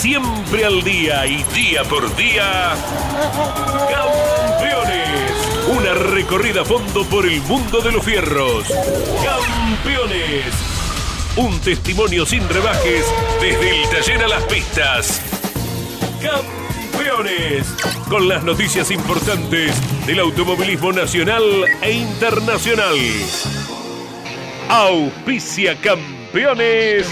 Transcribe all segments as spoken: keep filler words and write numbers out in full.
Siempre al día y día por día. Campeones. Una recorrida a fondo por el mundo de los fierros. Campeones. Un testimonio sin rebajes desde el taller a las pistas. Campeones. Con las noticias importantes del automovilismo nacional e internacional. Auspicia Campeones.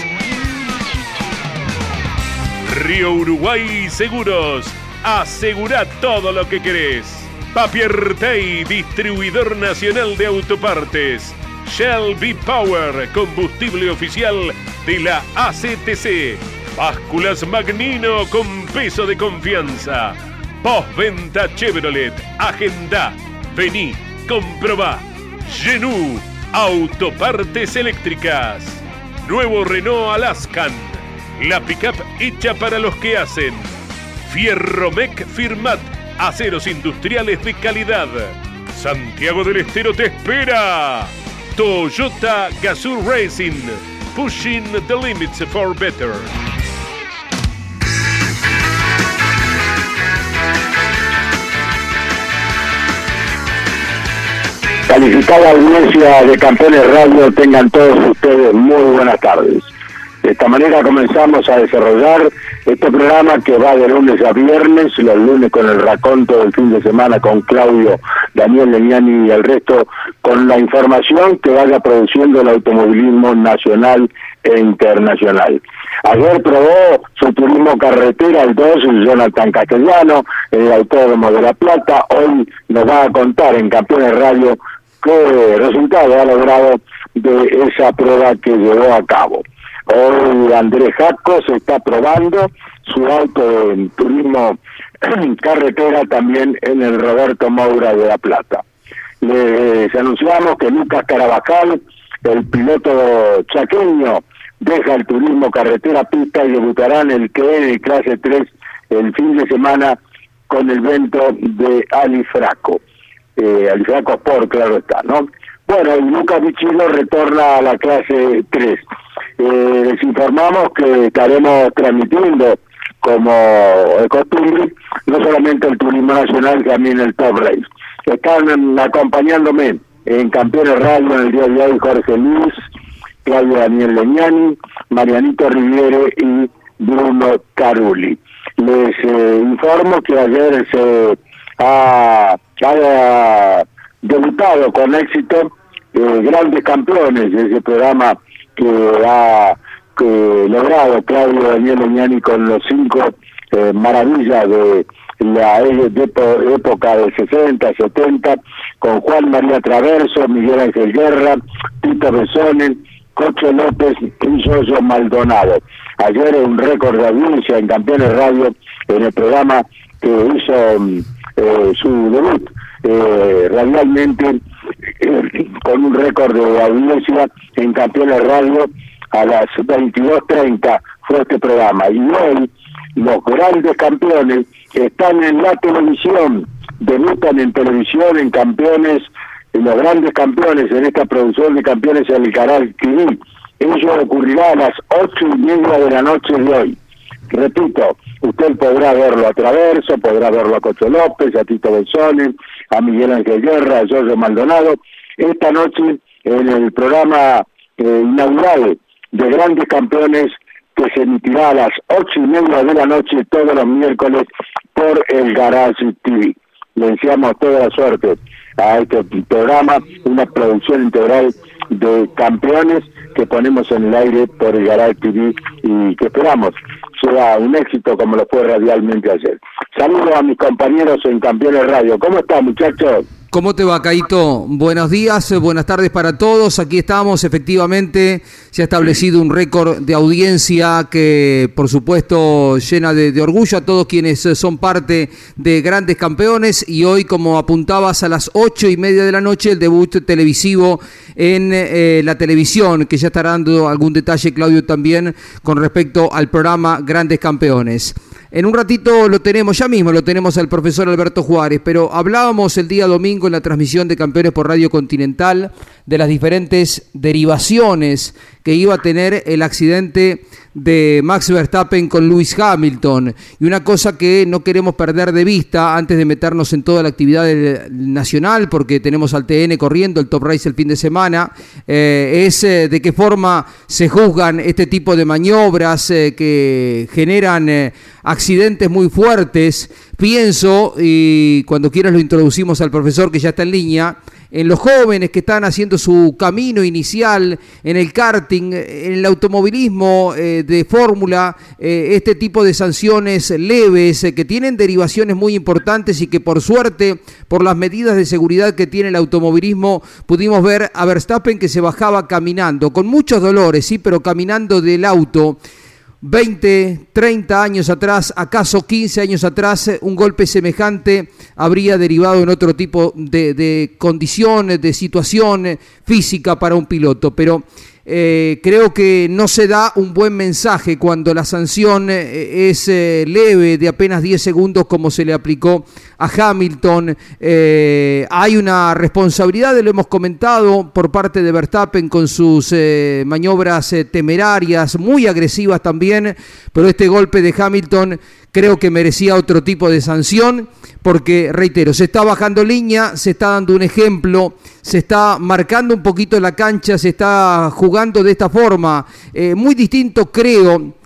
Río Uruguay Seguros. Asegura todo lo que querés. Papiertey, distribuidor nacional de autopartes. Shell V-Power, combustible oficial de la A C T C. Básculas Magnino con peso de confianza. Postventa Chevrolet. Agenda. Vení, comprobá. Genú, autopartes eléctricas. Nuevo Renault Alaskan. La pick-up hecha para los que hacen. Fierromec Firmat, aceros industriales de calidad. Santiago del Estero te espera. Toyota Gazoo Racing, pushing the limits for better. Calificada audiencia de Campeones Radio, tengan todos ustedes muy buenas tardes. De esta manera comenzamos a desarrollar este programa que va de lunes a viernes, los lunes con el raconto del fin de semana con Claudio, Daniel Legnani y el resto, con la información que vaya produciendo el automovilismo nacional e internacional. Ayer probó su turismo carretera el dos, Jonathan Castellano, en el Autódromo de La Plata. Hoy nos va a contar en Campeones Radio qué resultado ha logrado de esa prueba que llevó a cabo. Hoy Andrés Jacco se está probando su auto de turismo carretera también en el Roberto Moura de La Plata. Les anunciamos que Lucas Carabajal, el piloto chaqueño, deja el turismo carretera pista y debutará en el K N clase tres el fin de semana con el vento de Alifraco. Eh, Alifraco Sport, claro está, ¿no? Bueno, y Lucas Vichino retorna a la clase tres. Eh, les informamos que estaremos transmitiendo, como de costumbre, no solamente el turismo nacional, también el Top Race. Están acompañándome en Campeones Radio en el día de hoy Jorge Luis, Claudio Daniel Legnani, Marianito Riviere y Bruno Carulli. Les eh, informo que ayer se ha, ha debutado con éxito eh, Grandes Campeones, ese programa que ha que logrado Claudio Daniel Legnani con los cinco eh, maravillas de la de, de época de sesenta, setenta, con Juan María Traverso, Miguel Ángel Guerra, Tito Besonen, Cocho López y Yoyo Maldonado. Ayer un récord de audiencia en Campeones Radio en el programa que hizo eh, su debut eh, radialmente eh, con un récord de audiencia en Campeones Radio. A las veintidós treinta fue este programa, y hoy los grandes campeones están en la televisión, debutan en televisión en Campeones, en los grandes campeones, en esta producción de Campeones en el canal T V. Eso ocurrirá a las ocho y media de la noche de hoy. Repito, usted podrá verlo a Traverso, podrá verlo a Cocho López, a Tito Besonen, a Miguel Ángel Guerra, a Yoyo Maldonado, esta noche en el programa eh, inaugural de Grandes Campeones, que se emitirá a las ocho y media de la noche todos los miércoles por el Garage T V. Le deseamos toda la suerte a este programa, una producción integral de Campeones que ponemos en el aire por el Garage T V y que esperamos sea un éxito como lo fue radialmente ayer. Saludos a mis compañeros en Campeones Radio. ¿Cómo están, muchachos? ¿Cómo te va, Caito? Buenos días, buenas tardes para todos. Aquí estamos, efectivamente, se ha establecido un récord de audiencia que, por supuesto, llena de, de orgullo a todos quienes son parte de Grandes Campeones. Y hoy, como apuntabas, a las ocho y media de la noche, el debut televisivo en eh, la televisión, que ya estará dando algún detalle, Claudio, también con respecto al programa Grandes Campeones. En un ratito lo tenemos, ya mismo lo tenemos al profesor Alberto Juárez, pero hablábamos el día domingo en la transmisión de Campeones por Radio Continental de las diferentes derivaciones que iba a tener el accidente de Max Verstappen con Lewis Hamilton. Y una cosa que no queremos perder de vista antes de meternos en toda la actividad del, nacional, porque tenemos al T N corriendo, el Top Race el fin de semana, eh, es eh, de qué forma se juzgan este tipo de maniobras eh, que generan eh, accidentes muy fuertes. Pienso, y cuando quieras lo introducimos al profesor que ya está en línea, en los jóvenes que están haciendo su camino inicial en el karting, en el automovilismo eh, de fórmula, eh, este tipo de sanciones leves eh, que tienen derivaciones muy importantes y que por suerte, por las medidas de seguridad que tiene el automovilismo, pudimos ver a Verstappen que se bajaba caminando, con muchos dolores, sí, pero caminando del auto. veinte, treinta años atrás, acaso quince años atrás, un golpe semejante habría derivado en otro tipo de, de condición, de situación física para un piloto, pero eh, creo que no se da un buen mensaje cuando la sanción eh, es eh, leve, de apenas diez segundos, como se le aplicó a Hamilton. Eh, hay una responsabilidad, lo hemos comentado, por parte de Verstappen con sus eh, maniobras eh, temerarias, muy agresivas también, pero este golpe de Hamilton creo que merecía otro tipo de sanción, porque, reitero, se está bajando línea, se está dando un ejemplo, se está marcando un poquito la cancha, se está jugando de esta forma. Eh, muy distinto, creo,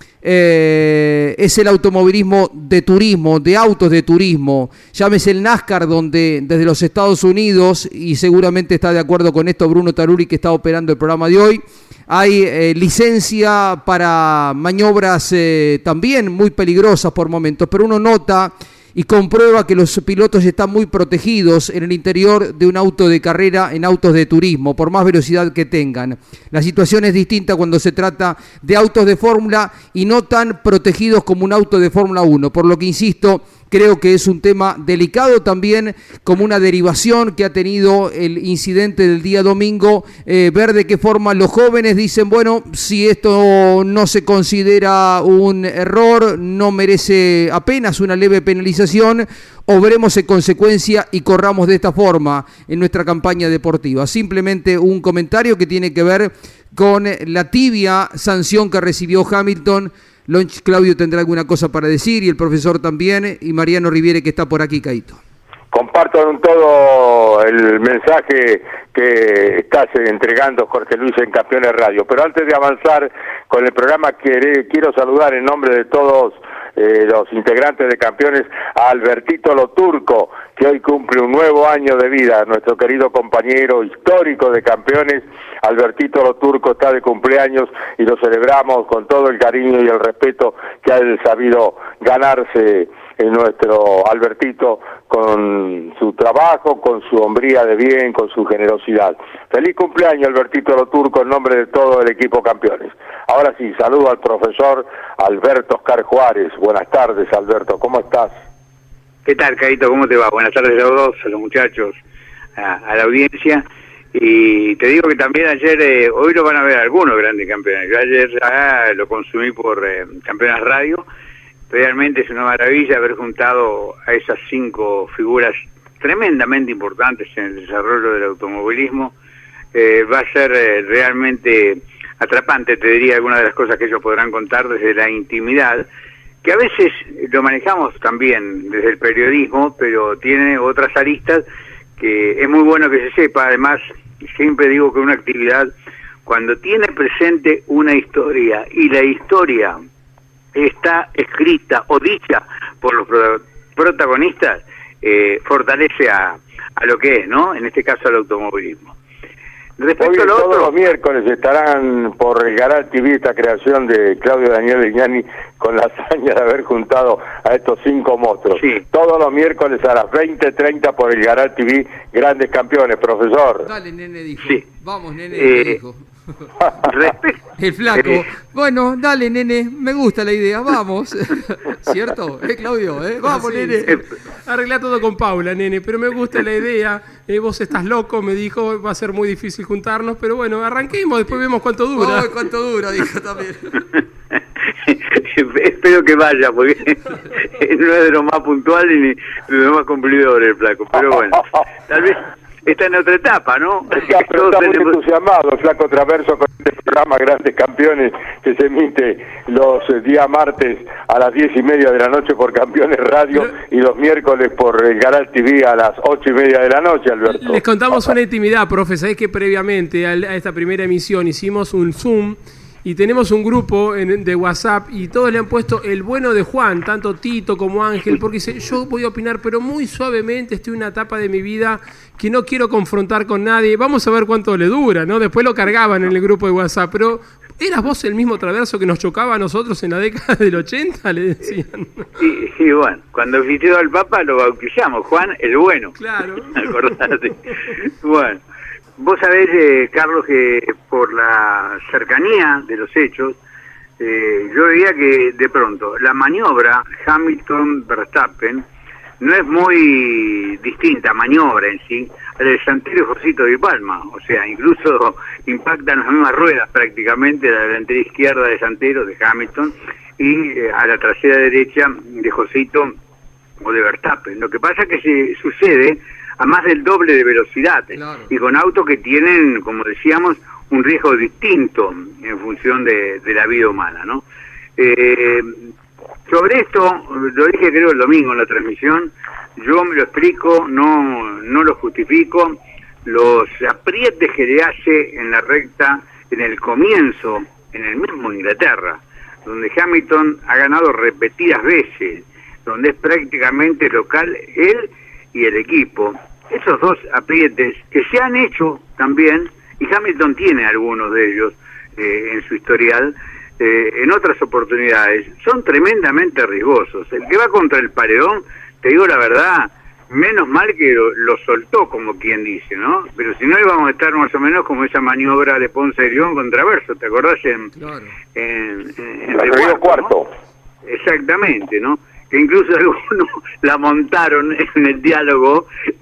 eh, es el automovilismo de turismo, de autos de turismo, llámese el NASCAR, donde desde los Estados Unidos, y seguramente está de acuerdo con esto Bruno Taruri, que está operando el programa de hoy, hay eh, licencia para maniobras eh, también muy peligrosas por momentos, pero uno nota y comprueba que los pilotos están muy protegidos en el interior de un auto de carrera, en autos de turismo, por más velocidad que tengan. La situación es distinta cuando se trata de autos de fórmula y no tan protegidos como un auto de Fórmula uno, por lo que insisto, creo que es un tema delicado también, como una derivación que ha tenido el incidente del día domingo, eh, ver de qué forma los jóvenes dicen, bueno, si esto no se considera un error, no merece apenas una leve penalización, obremos en consecuencia y corramos de esta forma en nuestra campaña deportiva. Simplemente un comentario que tiene que ver con la tibia sanción que recibió Hamilton. Lonch, Claudio tendrá alguna cosa para decir, y el profesor también, y Mariano Riviere, que está por aquí, Caito. Comparto en todo el mensaje que estás entregando, Jorge Luis, en Campeones Radio. Pero antes de avanzar con el programa, quiero saludar en nombre de todos eh, los integrantes de Campeones a Albertito Lo Turco, que hoy cumple un nuevo año de vida. Nuestro querido compañero histórico de Campeones, Albertito Lo Turco, está de cumpleaños y lo celebramos con todo el cariño y el respeto que ha sabido ganarse en nuestro Albertito, con su trabajo, con su hombría de bien, con su generosidad. Feliz cumpleaños, Albertito Lo Turco, en nombre de todo el equipo Campeones. Ahora sí, saludo al profesor Alberto Oscar Juárez. Buenas tardes, Alberto, ¿cómo estás? ¿Qué tal, Caito? ¿Cómo te va? Buenas tardes a todos, a los muchachos, a, a la audiencia. Y te digo que también ayer, eh, hoy lo van a ver algunos grandes campeones. Yo ayer ah, lo consumí por eh, Campeones Radio. Realmente es una maravilla haber juntado a esas cinco figuras tremendamente importantes en el desarrollo del automovilismo. Eh, va a ser eh, realmente atrapante, te diría, algunas de las cosas que ellos podrán contar desde la intimidad, que a veces lo manejamos también desde el periodismo, pero tiene otras aristas que es muy bueno que se sepa. Además, siempre digo que una actividad, cuando tiene presente una historia, y la historia está escrita o dicha por los pro protagonistas, eh, fortalece a, a lo que es, ¿no? En este caso al automovilismo. Respecto Hoy, a lo todos otro, los miércoles estarán por el Garal T V esta creación de Claudio Daniel Vignani, con la hazaña de haber juntado a estos cinco monstruos. Sí. Todos los miércoles a las veinte treinta por el Garal T V, grandes campeones, profesor. Dale, nene, dijo. Sí. Vamos, nene, Eh, dijo. respecto, El flaco. eh, Bueno, dale, nene, me gusta la idea, vamos. ¿Cierto? ¿Eh, Claudio? ¿Eh? Vamos, Sí, nene. sí. Arreglá todo con Paula, nene, pero me gusta la idea. Eh, vos estás loco, me dijo, va a ser muy difícil juntarnos, pero bueno, arranquemos, después vemos cuánto dura. Oh, cuánto dura, dijo también. espero que vaya, porque no es de los más puntuales ni de los más cumplidores el flaco, pero bueno, tal vez está en otra etapa, ¿no? Está, pero está muy entusiasmado el flaco Traverso con este programa. programa Grandes Campeones que se emite los días martes a las diez y media de la noche por Campeones Radio Pero... y los miércoles por el Canal T V a las ocho y media de la noche, Alberto. Les contamos Papá. una intimidad, profe. Sabés que previamente a esta primera emisión hicimos un Zoom y tenemos un grupo en, de WhatsApp y todos le han puesto el bueno de Juan, tanto Tito como Ángel, porque dice, yo voy a opinar, pero muy suavemente, estoy en una etapa de mi vida que no quiero confrontar con nadie, vamos a ver cuánto le dura, ¿no? Después lo cargaban en el grupo de WhatsApp, pero ¿eras vos el mismo Traverso que nos chocaba a nosotros en la década del ochenta? Le decían. Sí, sí, bueno, cuando visitó al Papa lo bautizamos, Juan el bueno. Claro. Acordate. Bueno. Vos sabés, eh, Carlos, que por la cercanía de los hechos, eh, yo veía que de pronto la maniobra Hamilton-Verstappen no es muy distinta, maniobra en sí, a la de Santero y Josito Di Palma. O sea, incluso impactan las mismas ruedas prácticamente, la delantera izquierda de Santero, de Hamilton, y eh, a la trasera derecha de Josito o de Verstappen. Lo que pasa es que se sucede a más del doble de velocidad, claro, y con autos que tienen, como decíamos, un riesgo distinto en función de, de la vida humana, ¿no? Eh, sobre esto, lo dije creo el domingo en la transmisión, yo me lo explico, no, no lo justifico, los aprietes que le hace en la recta, en el comienzo, en el mismo Inglaterra, donde Hamilton ha ganado repetidas veces, donde es prácticamente local él y el equipo. Esos dos aprietes que se han hecho también, y Hamilton tiene algunos de ellos eh, en su historial, eh, en otras oportunidades, son tremendamente riesgosos. El que va contra el paredón, te digo la verdad, menos mal que lo, lo soltó, como quien dice, ¿no? Pero si no íbamos a estar más o menos como esa maniobra de Ponce de León con Traverso, ¿te acordás? En, claro. en, en, en el cuarto, cuarto. ¿no? Exactamente, ¿no? Que incluso algunos la montaron en el diálogo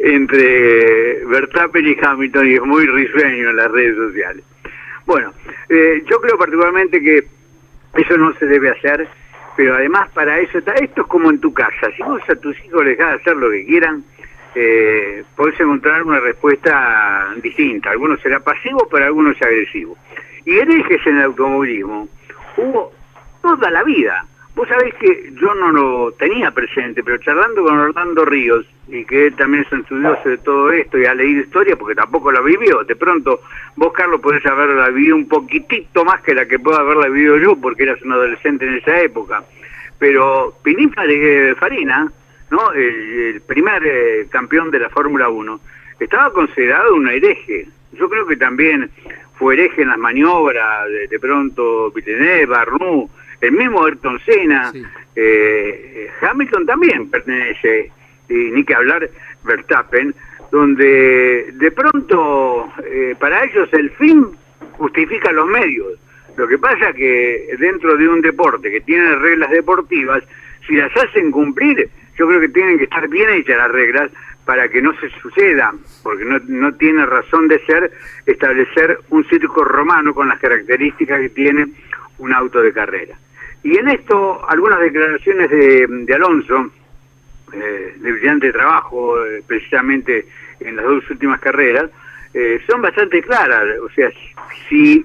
entre Verstappen y Hamilton y es muy risueño en las redes sociales. Bueno, eh, yo creo particularmente que eso no se debe hacer, pero además para eso está, esto es como en tu casa, si vos a tus hijos les dejás hacer lo que quieran, eh, podés encontrar una respuesta distinta, algunos será pasivo, pero algunos agresivo. Y herejes en el automovilismo hubo toda la vida. Vos sabés que yo no lo tenía presente, pero charlando con Orlando Ríos, y que él también es un estudioso de todo esto y ha leído historia porque tampoco la vivió. De pronto, vos, Carlos, podés haberla vivido un poquitito más que la que puedo haberla vivido yo, porque eras un adolescente en esa época. Pero Pininfarina, ¿no? el, el primer eh, campeón de la Fórmula uno, estaba considerado un hereje. Yo creo que también fue hereje en las maniobras, de, de pronto Villeneuve, Arnoux, el mismo Ayrton Senna, sí. eh, Hamilton también pertenece, y ni que hablar Verstappen, donde de pronto eh, para ellos el fin justifica los medios. Lo que pasa que dentro de un deporte que tiene reglas deportivas, si las hacen cumplir, yo creo que tienen que estar bien hechas las reglas para que no se suceda, porque no, no tiene razón de ser establecer un circo romano con las características que tiene un auto de carrera. Y en esto, algunas declaraciones de, de Alonso, eh, de brillante trabajo, eh, precisamente en las dos últimas carreras, eh, son bastante claras. O sea, si,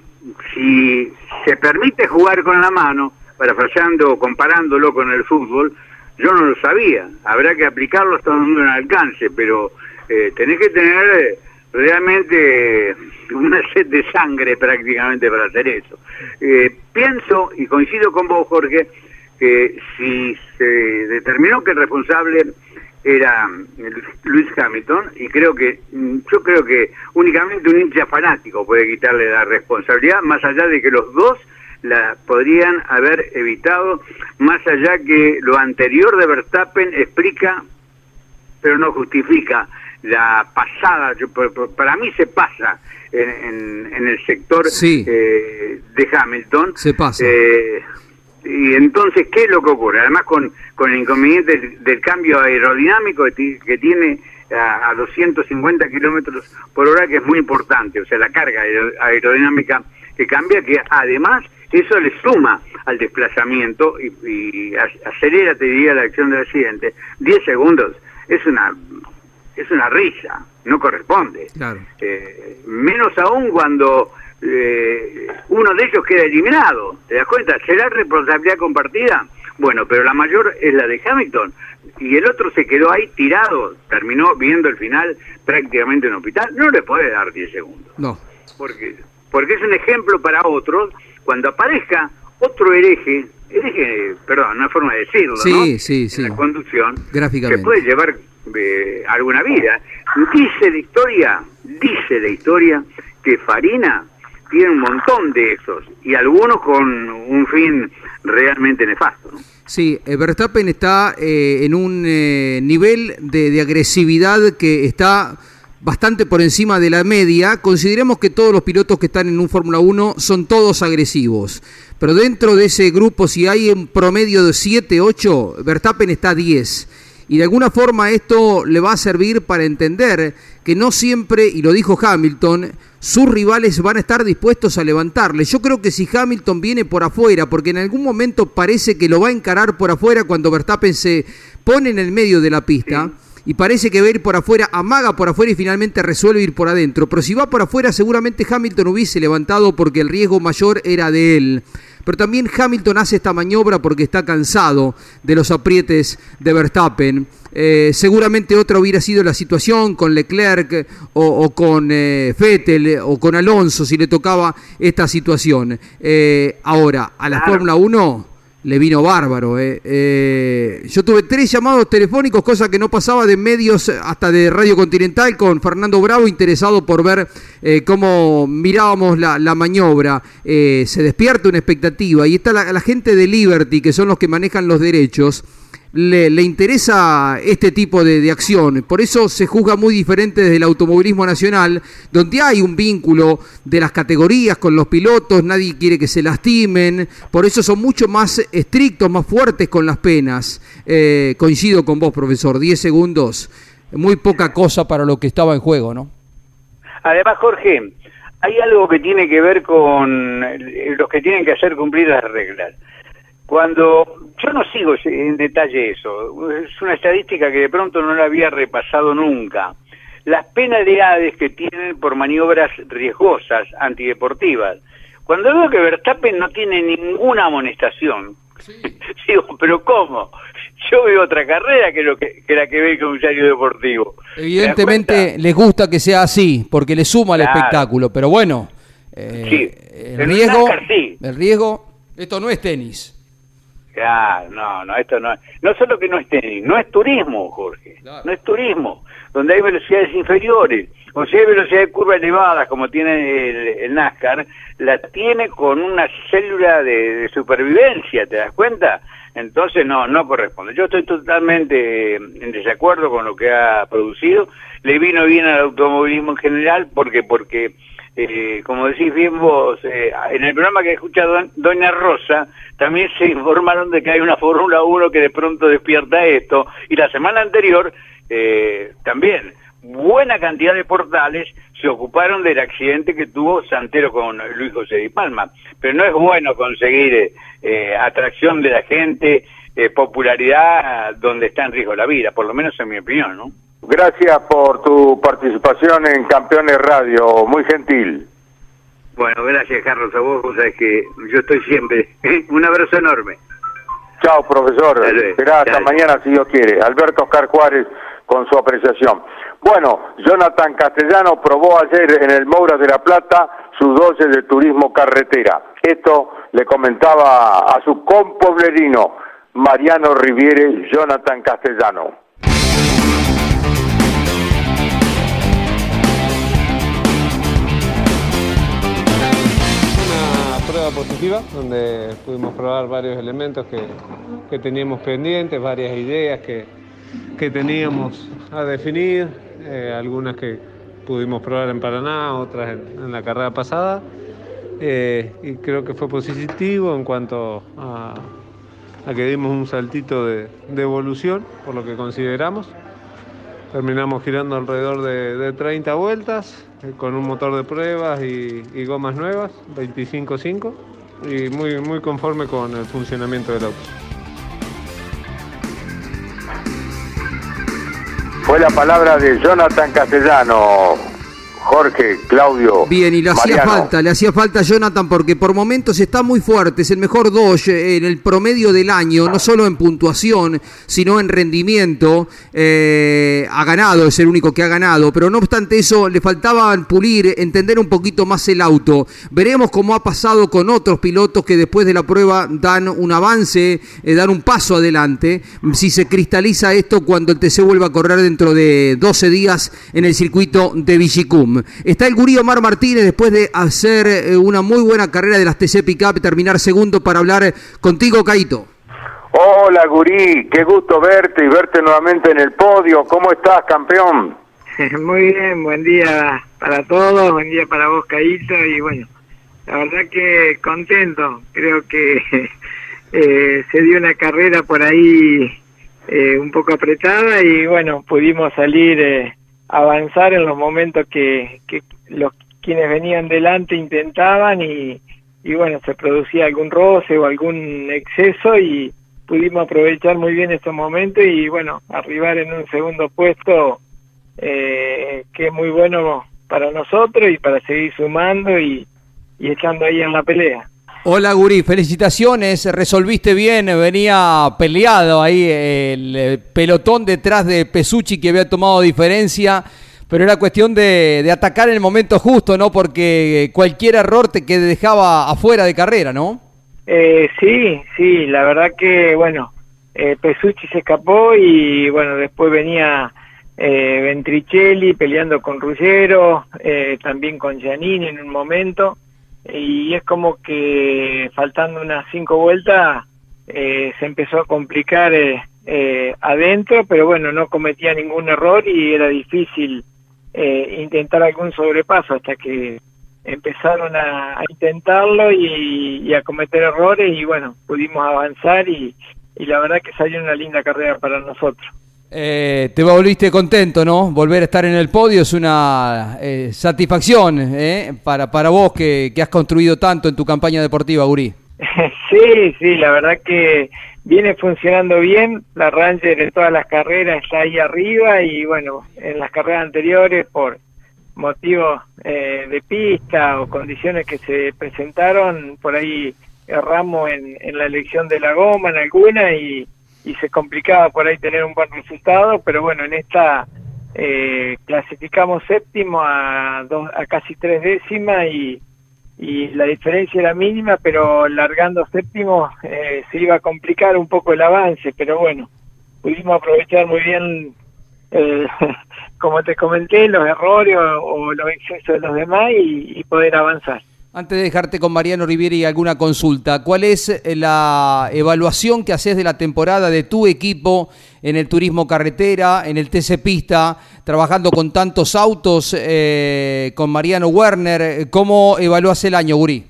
si se permite jugar con la mano, parafraseando, comparándolo con el fútbol, yo no lo sabía. Habrá que aplicarlo hasta donde no alcance, pero eh, tenés que tener eh, realmente una sed de sangre prácticamente para hacer eso. Eh, pienso, y coincido con vos, Jorge, que si se determinó que el responsable era Lewis Hamilton, y creo que, yo creo que únicamente un hincha fanático puede quitarle la responsabilidad, más allá de que los dos la podrían haber evitado, más allá que lo anterior de Verstappen explica, pero no justifica la pasada. Yo, para mí se pasa en, en, en el sector sí. eh, de Hamilton. Se pasa. Eh, y entonces, ¿qué es lo que ocurre? Además, con, con el inconveniente del, del cambio aerodinámico que, que tiene a, a doscientos cincuenta kilómetros por hora, que es muy importante, o sea, la carga aerodinámica que cambia, que además eso le suma al desplazamiento y, y acelera, te diría, la acción del accidente. diez segundos es una es una risa, no corresponde. Claro. Eh, menos aún cuando eh, uno de ellos queda eliminado. ¿Te das cuenta? ¿Será responsabilidad compartida? Bueno, pero la mayor es la de Hamilton. Y el otro se quedó ahí tirado, terminó viendo el final prácticamente en hospital. No le puede dar diez segundos. No. Porque, porque es un ejemplo para otros. Cuando aparezca otro hereje, hereje, perdón, una forma de decirlo, sí, ¿no? Sí, sí, en la conducción, gráficamente se puede llevar eh, alguna vida. Dice la historia, dice la historia que Farina tiene un montón de esos, y algunos con un fin realmente nefasto, ¿no? Sí, eh, Verstappen está eh, en un eh, nivel de, de agresividad que está bastante por encima de la media. Consideremos que todos los pilotos que están en un Fórmula uno son todos agresivos, pero dentro de ese grupo, si hay un promedio de siete, ocho, Verstappen está a diez. Y de alguna forma esto le va a servir para entender que no siempre, y lo dijo Hamilton, sus rivales van a estar dispuestos a levantarle. Yo creo que si Hamilton viene por afuera, porque en algún momento parece que lo va a encarar por afuera cuando Verstappen se pone en el medio de la pista, sí, y parece que va a ir por afuera, amaga por afuera y finalmente resuelve ir por adentro. Pero si va por afuera, seguramente Hamilton hubiese levantado porque el riesgo mayor era de él. Pero también Hamilton hace esta maniobra porque está cansado de los aprietes de Verstappen. Eh, seguramente otra hubiera sido la situación con Leclerc o, o con eh, Vettel o con Alonso si le tocaba esta situación. Eh, ahora, a la claro. Fórmula uno le vino bárbaro. Eh. Eh, yo tuve tres llamados telefónicos, cosa que no pasaba de medios hasta de Radio Continental, con Fernando Bravo, interesado por ver eh, cómo mirábamos la, la maniobra. Eh, se despierta una expectativa y está la, la gente de Liberty, que son los que manejan los derechos. Le, le interesa este tipo de, de acción, por eso se juzga muy diferente desde el automovilismo nacional, donde hay un vínculo de las categorías con los pilotos, nadie quiere que se lastimen, por eso son mucho más estrictos, más fuertes con las penas. Eh, coincido con vos, profesor, diez segundos, muy poca cosa para lo que estaba en juego, ¿no? Además, Jorge, hay algo que tiene que ver con los que tienen que hacer cumplir las reglas. Cuando yo no sigo en detalle eso, es una estadística que de pronto no la había repasado nunca. Las penalidades que tienen por maniobras riesgosas, antideportivas. Cuando veo que Verstappen no tiene ninguna amonestación, sí. digo, ¿pero cómo? Yo veo otra carrera que, lo que, que la que ve el comisario deportivo. Evidentemente les gusta que sea así, porque le suma al claro. espectáculo, pero bueno, eh, sí. el riesgo, NASCAR, sí. el riesgo, esto no es tenis. Claro, no, no, esto no es, no solo que no es tenis, no es turismo, Jorge, claro. no es turismo, donde hay velocidades inferiores, o si hay velocidades de curva elevadas, como tiene el, el NASCAR, la tiene con una célula de, de supervivencia, ¿te das cuenta? Entonces no, no corresponde. Yo estoy totalmente en desacuerdo con lo que ha producido, le vino bien al automovilismo en general, porque, porque... Eh, como decís bien vos, eh, en el programa que escucha do, Doña Rosa, también se informaron de que hay una Fórmula uno que de pronto despierta esto, y la semana anterior eh, también buena cantidad de portales se ocuparon del accidente que tuvo Santero con Luis José Di Palma, pero no es bueno conseguir eh, atracción de la gente, eh, popularidad donde está en riesgo la vida, por lo menos en mi opinión, ¿no? Gracias por tu participación en Campeones Radio, muy gentil. Bueno, gracias, Carlos, a vos, vos sabés que yo estoy siempre. Un abrazo enorme. Chao, profesor. Será hasta mañana, si Dios quiere. Alberto Oscar Juárez con su apreciación. Bueno, Jonathan Castellano probó ayer en el Moura de la Plata sus doce de turismo carretera. Esto le comentaba a su compoblerino Mariano Riviere, Jonathan Castellano. Prueba positiva, donde pudimos probar varios elementos que, que teníamos pendientes, varias ideas que, que teníamos a definir, eh, algunas que pudimos probar en Paraná, otras en, en la carrera pasada, eh, y creo que fue positivo en cuanto a, a que dimos un saltito de, de evolución, por lo que consideramos. Terminamos girando alrededor de, de treinta vueltas, eh, con un motor de pruebas y, y gomas nuevas, veinticinco cinco, y muy, muy conforme con el funcionamiento del auto. Fue la palabra de Jonathan Castellano, Jorge, Claudio. Bien, y le hacía Mariano. falta, le hacía falta a Jonathan porque por momentos está muy fuerte, es el mejor Dodge en el promedio del año, no solo en puntuación, sino en rendimiento. Eh, ha ganado, es el único que ha ganado, pero no obstante eso le faltaba pulir, entender un poquito más el auto. Veremos cómo ha pasado con otros pilotos que después de la prueba dan un avance, eh, dan un paso adelante. Si se cristaliza esto cuando el T C vuelva a correr dentro de doce días en el circuito de Villicum. Está el gurí Omar Martínez después de hacer eh, una muy buena carrera de las T C Pickup, terminar segundo para hablar contigo, Caito. Hola, gurí, qué gusto verte y verte nuevamente en el podio. ¿Cómo estás, campeón? Muy bien, buen día para todos, buen día para vos, Caito, y bueno, la verdad que contento. Creo que eh, se dio una carrera por ahí eh, un poco apretada y bueno, pudimos salir... Eh, avanzar en los momentos que, que los quienes venían delante intentaban y, y bueno, se producía algún roce o algún exceso y pudimos aprovechar muy bien estos momentos y bueno, arribar en un segundo puesto eh, que es muy bueno para nosotros y para seguir sumando y, y estando ahí en la pelea. Hola, gurí, felicitaciones, resolviste bien, venía peleado ahí el pelotón detrás de Pesucci que había tomado diferencia, pero era cuestión de, de atacar en el momento justo, ¿no? Porque cualquier error te que dejaba afuera de carrera, ¿no? Eh, sí, sí, la verdad que, bueno, eh, Pesucci se escapó y, bueno, después venía eh, Ventricelli peleando con Ruggiero, eh, también con Giannini en un momento. Y es como que faltando unas cinco vueltas eh, se empezó a complicar eh, eh, adentro, pero bueno, no cometía ningún error y era difícil eh, intentar algún sobrepaso hasta que empezaron a, a intentarlo y, y a cometer errores y bueno, pudimos avanzar y, y la verdad que salió una linda carrera para nosotros. Eh, te volviste contento, ¿no? Volver a estar en el podio es una eh, satisfacción ¿eh? para para vos que, que has construido tanto en tu campaña deportiva, gurí. Sí, sí, la verdad que viene funcionando bien. La Ranger en todas las carreras está ahí arriba y bueno, en las carreras anteriores por motivos eh, de pista o condiciones que se presentaron, por ahí erramos en, en la elección de la goma en alguna y y se complicaba por ahí tener un buen resultado, pero bueno, en esta eh, clasificamos séptimo a, dos, a casi tres décimas y, y la diferencia era mínima, pero largando séptimo eh, se iba a complicar un poco el avance, pero bueno, pudimos aprovechar muy bien, eh, como te comenté, los errores o, o los excesos de los demás y, y poder avanzar. Antes de dejarte con Mariano Rivieri alguna consulta, ¿cuál es la evaluación que haces de la temporada de tu equipo en el turismo carretera, en el T C Pista, trabajando con tantos autos, eh, con Mariano Werner? ¿Cómo evaluás el año, gurí?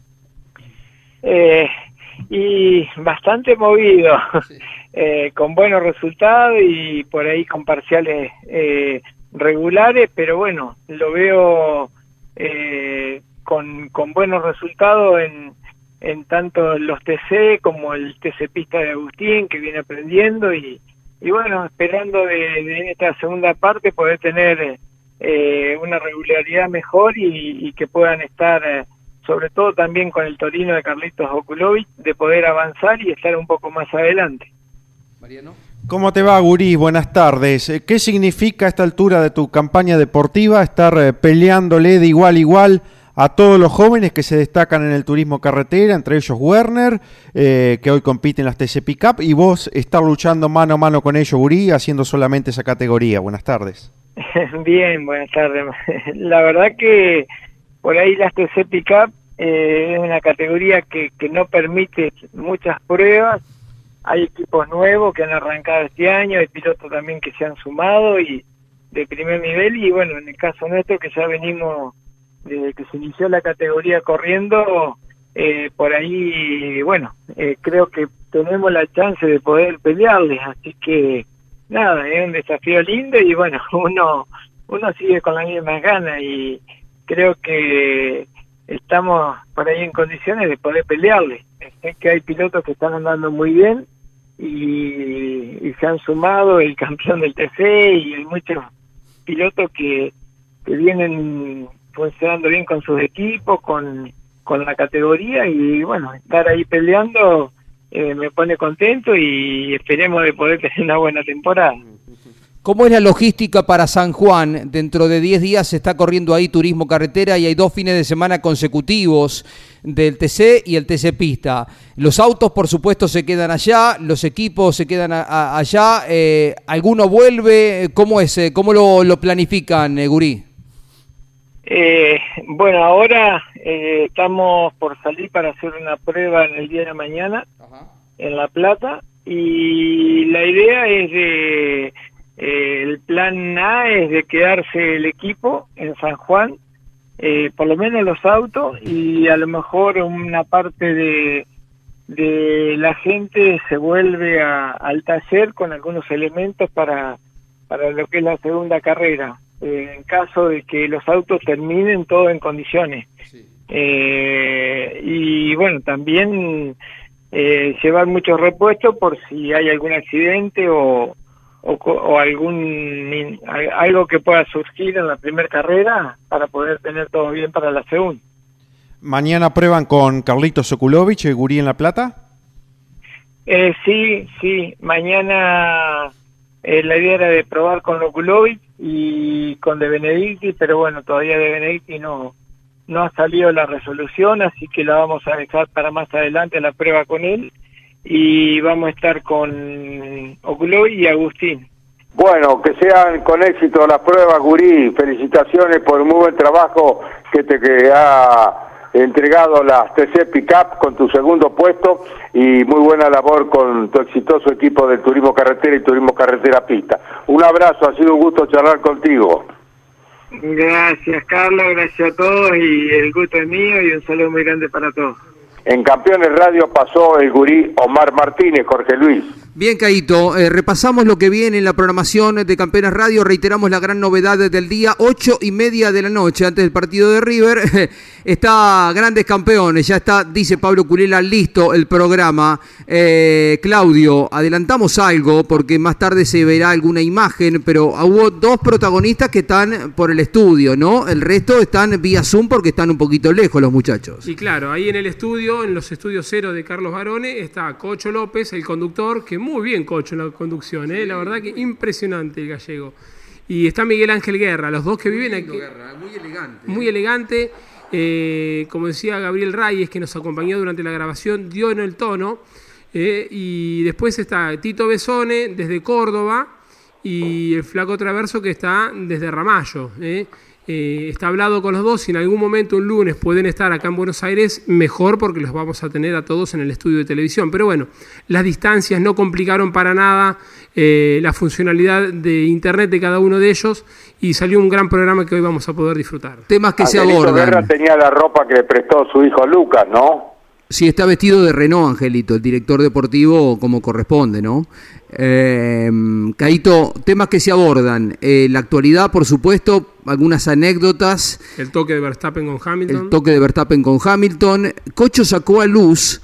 Eh, y bastante movido, sí. eh, con buenos resultados y por ahí con parciales eh, regulares, pero bueno, lo veo... Eh, Con, con buenos resultados en, en tanto los T C como el T C Pista de Agustín, que viene aprendiendo y, y bueno, esperando de, de esta segunda parte poder tener eh, una regularidad mejor y, y que puedan estar, eh, sobre todo también con el Torino de Carlitos Okulovic, de poder avanzar y estar un poco más adelante. Mariano. ¿Cómo te va, gurí? Buenas tardes. ¿Qué significa a esta altura de tu campaña deportiva estar eh, peleándole de igual a igual a todos los jóvenes que se destacan en el turismo carretera, entre ellos Werner, eh, que hoy compite en las T C Pickup, y vos estar luchando mano a mano con ellos, gurí, haciendo solamente esa categoría? Buenas tardes. Bien, buenas tardes. La verdad que por ahí las T C Pickup eh, es una categoría que, que no permite muchas pruebas. Hay equipos nuevos que han arrancado este año, hay pilotos también que se han sumado y de primer nivel, y bueno, en el caso nuestro que ya venimos desde que se inició la categoría corriendo, eh, por ahí, bueno, eh, creo que tenemos la chance de poder pelearles, así que nada, es un desafío lindo y bueno, uno uno sigue con las mismas ganas y creo que estamos por ahí en condiciones de poder pelearles. Sé que hay pilotos que están andando muy bien y, y se han sumado, el campeón del T C, y hay muchos pilotos que que vienen funcionando bien con sus equipos, con, con la categoría, y bueno, estar ahí peleando eh, me pone contento y esperemos de poder tener una buena temporada. ¿Cómo es la logística para San Juan? Dentro de diez días se está corriendo ahí turismo carretera y hay dos fines de semana consecutivos del T C y el T C Pista. Los autos, por supuesto, se quedan allá, los equipos se quedan a, a, allá. Eh, ¿Alguno vuelve? ¿Cómo es? ¿Cómo lo, lo planifican, eh, Gurí? Eh, bueno, ahora eh, estamos por salir para hacer una prueba en el día de mañana. Ajá. En La Plata, y la idea es de... Eh, el plan A es de quedarse el equipo en San Juan, eh, por lo menos los autos, y a lo mejor una parte de, de la gente se vuelve a, al taller con algunos elementos para, para lo que es la segunda carrera, eh, en caso de que los autos terminen todo en condiciones. Sí. Eh, y bueno, también eh, llevar muchos repuestos por si hay algún accidente o O, o algún algo que pueda surgir en la primera carrera para poder tener todo bien para la segunda. ¿Mañana prueban con Carlitos Sokulovich y Gurí en La Plata? Eh, sí, sí. Mañana eh, la idea era de probar con Sokulovich y con De Benedicti, pero bueno, todavía De Benedicti no, no ha salido la resolución, así que la vamos a dejar para más adelante la prueba con él. Y vamos a estar con Okulovic y Agustín. Bueno, que sean con éxito las pruebas, Gurí. Felicitaciones por un muy buen trabajo que te que ha entregado las T C Pickup con tu segundo puesto, y muy buena labor con tu exitoso equipo del Turismo Carretera y Turismo Carretera Pista. Un abrazo, ha sido un gusto charlar contigo. Gracias, Carlos, gracias a todos, y el gusto es mío, y un saludo muy grande para todos. En Campeones Radio pasó el Gurí Omar Martínez, Jorge Luis. Bien, Caíto, eh, repasamos lo que viene en la programación de Campeones Radio, reiteramos la gran novedad del día, ocho y media de la noche, antes del partido de River, está Grandes Campeones, ya está, dice Pablo Culela, listo el programa. Eh, Claudio, adelantamos algo, porque más tarde se verá alguna imagen, pero hubo dos protagonistas que están por el estudio, ¿no? El resto están vía Zoom porque están un poquito lejos los muchachos. Y claro, ahí en el estudio, en los estudios cero de Carlos Barone, está Cocho López, el conductor, que muy bien Cocho en la conducción, ¿eh? La verdad que impresionante el gallego. Y está Miguel Ángel Guerra, los dos que viven aquí. Guerra, muy elegante. Muy elegante, eh, como decía Gabriel Reyes, que nos acompañó durante la grabación, dio en el tono. Eh, y después está Tito Besone desde Córdoba y el Flaco Traverso que está desde Ramallo. Eh. Eh, está hablado con los dos, si en algún momento un lunes pueden estar acá en Buenos Aires, mejor, porque los vamos a tener a todos en el estudio de televisión. Pero bueno, las distancias no complicaron para nada eh, la funcionalidad de internet de cada uno de ellos, y salió un gran programa que hoy vamos a poder disfrutar. Temas que Angelito se abordan. Guerra tenía la ropa que le prestó su hijo Lucas, ¿no? Sí, está vestido de Renault, Angelito, el director deportivo, como corresponde, ¿no? Eh, Caíto, temas que se abordan. Eh, la actualidad, por supuesto, algunas anécdotas. El toque de Verstappen con Hamilton. El toque de Verstappen con Hamilton. Cocho sacó a luz